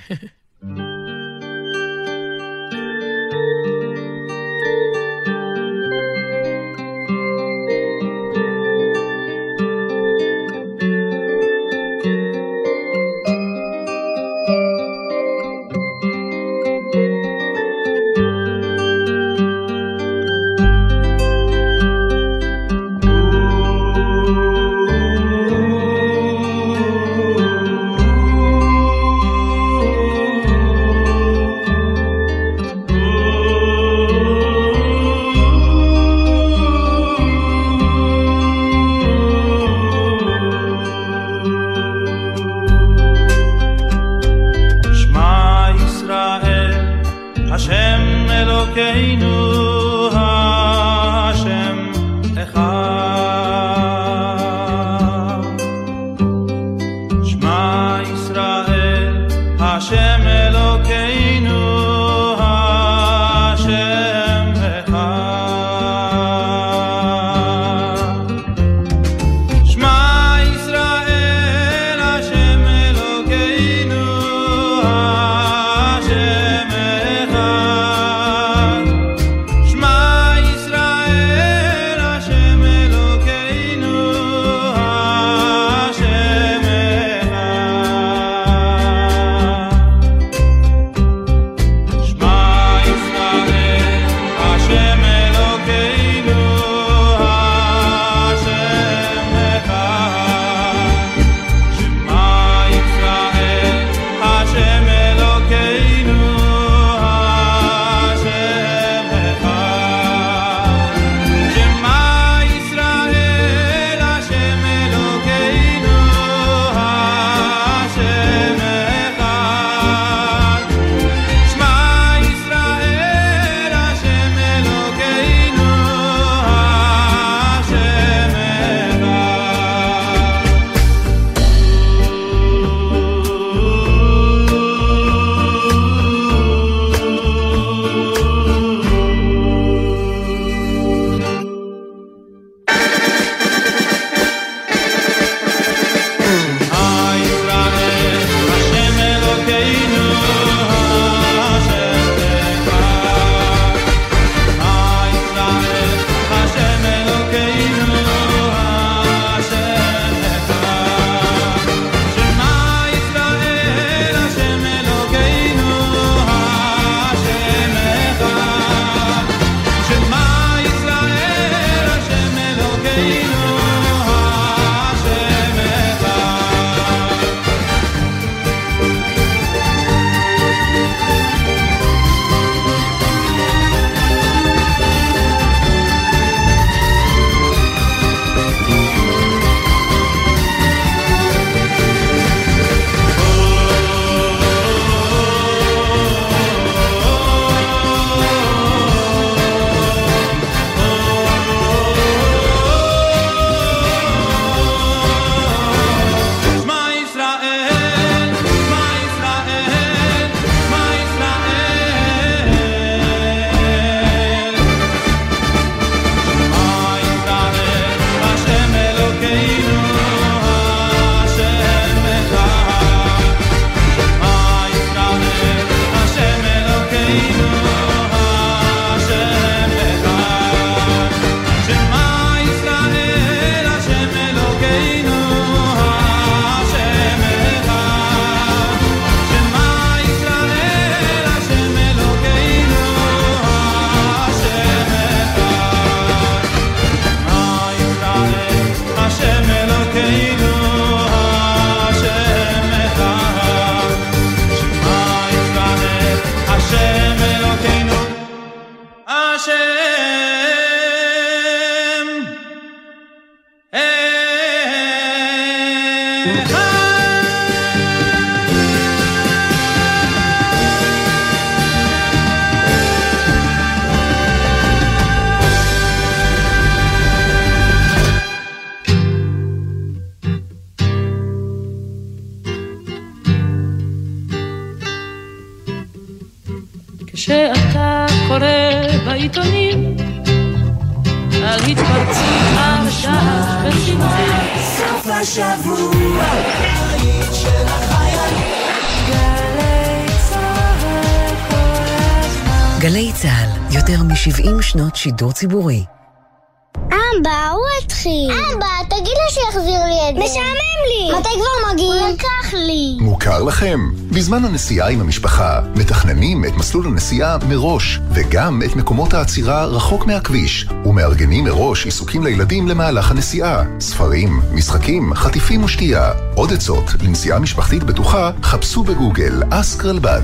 כשאתה קורא בעיתונים על התפרצות הרשעה ושמחה סוף השבוע הבית של החיילים גלי צהל כל הזמן גלי צהל, יותר מ-70 שנות שידור ציבורי. אבא, הוא התחיל. אבא, תגיד לו שיחזיר לי את זה. משעמם לי. מתי כבר מגיעים? הוא לקח לי. מוכר לכם? בזמן הנסיעה עם המשפחה, מתכננים את מסלול הנסיעה מראש, וגם את מקומות העצירה רחוק מהכביש, ומארגנים מראש עיסוקים לילדים למהלך הנסיעה. ספרים, משחקים, חטיפים ושתייה. עוד עצות לנסיעה משפחתית בטוחה, חפשו בגוגל אסקרלבד.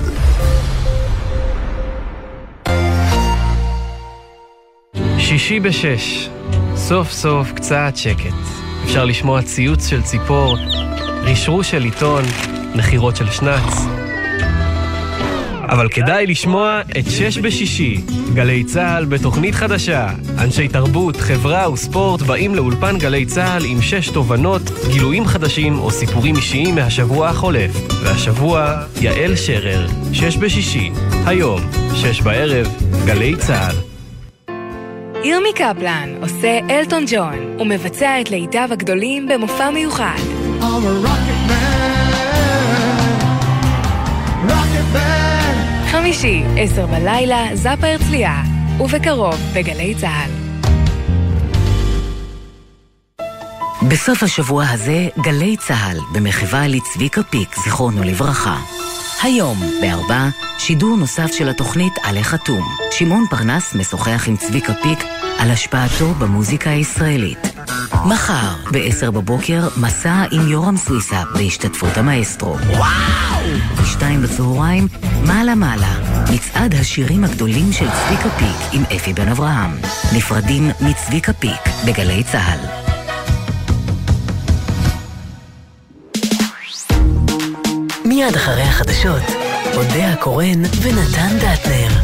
שישי בשש, סוף סוף קצת שקט. אפשר לשמוע ציוץ של ציפור, רשרוש של עיתון, נחירות של שנץ. אבל כדאי לשמוע את שש בשישי, גלי צהל בתוכנית חדשה. אנשי תרבות, חברה וספורט באים לאולפן גלי צהל עם 6 תובנות, גילויים חדשים או סיפורים אישיים מהשבוע החולף. והשבוע, יעל שרר, 6 בשישי, היום, 6 בערב, גלי צהל. ירמי קפלן עושה אלטון ג'ון ומבצע את להיטיו הגדולים במופע מיוחד. I'm a rocket man, rocket man. חמישי, 10 בלילה, זאפה הרצליה, ובקרוב בגלי צהל. בסוף השבוע הזה, גלי צהל, במחווה לצביקה פיק, זיכרונו לברכה. היום, ב16:00, שידור נוסף של התוכנית על החתום. שמעון פרנס משוחח עם צביקה פיק על השפעתו במוזיקה הישראלית. מחר, ב10:00 בבוקר, מסע עם יורם סוויסה בהשתתפות המאסטרו. וואו! ב14:00, מעלה מעלה, מצעד השירים הגדולים של צביקה פיק עם אפי בן אברהם. נפרדים מצביקה פיק בגלי צהל. מיד אחרי החדשות, אודיה קורן ונתן דטנר.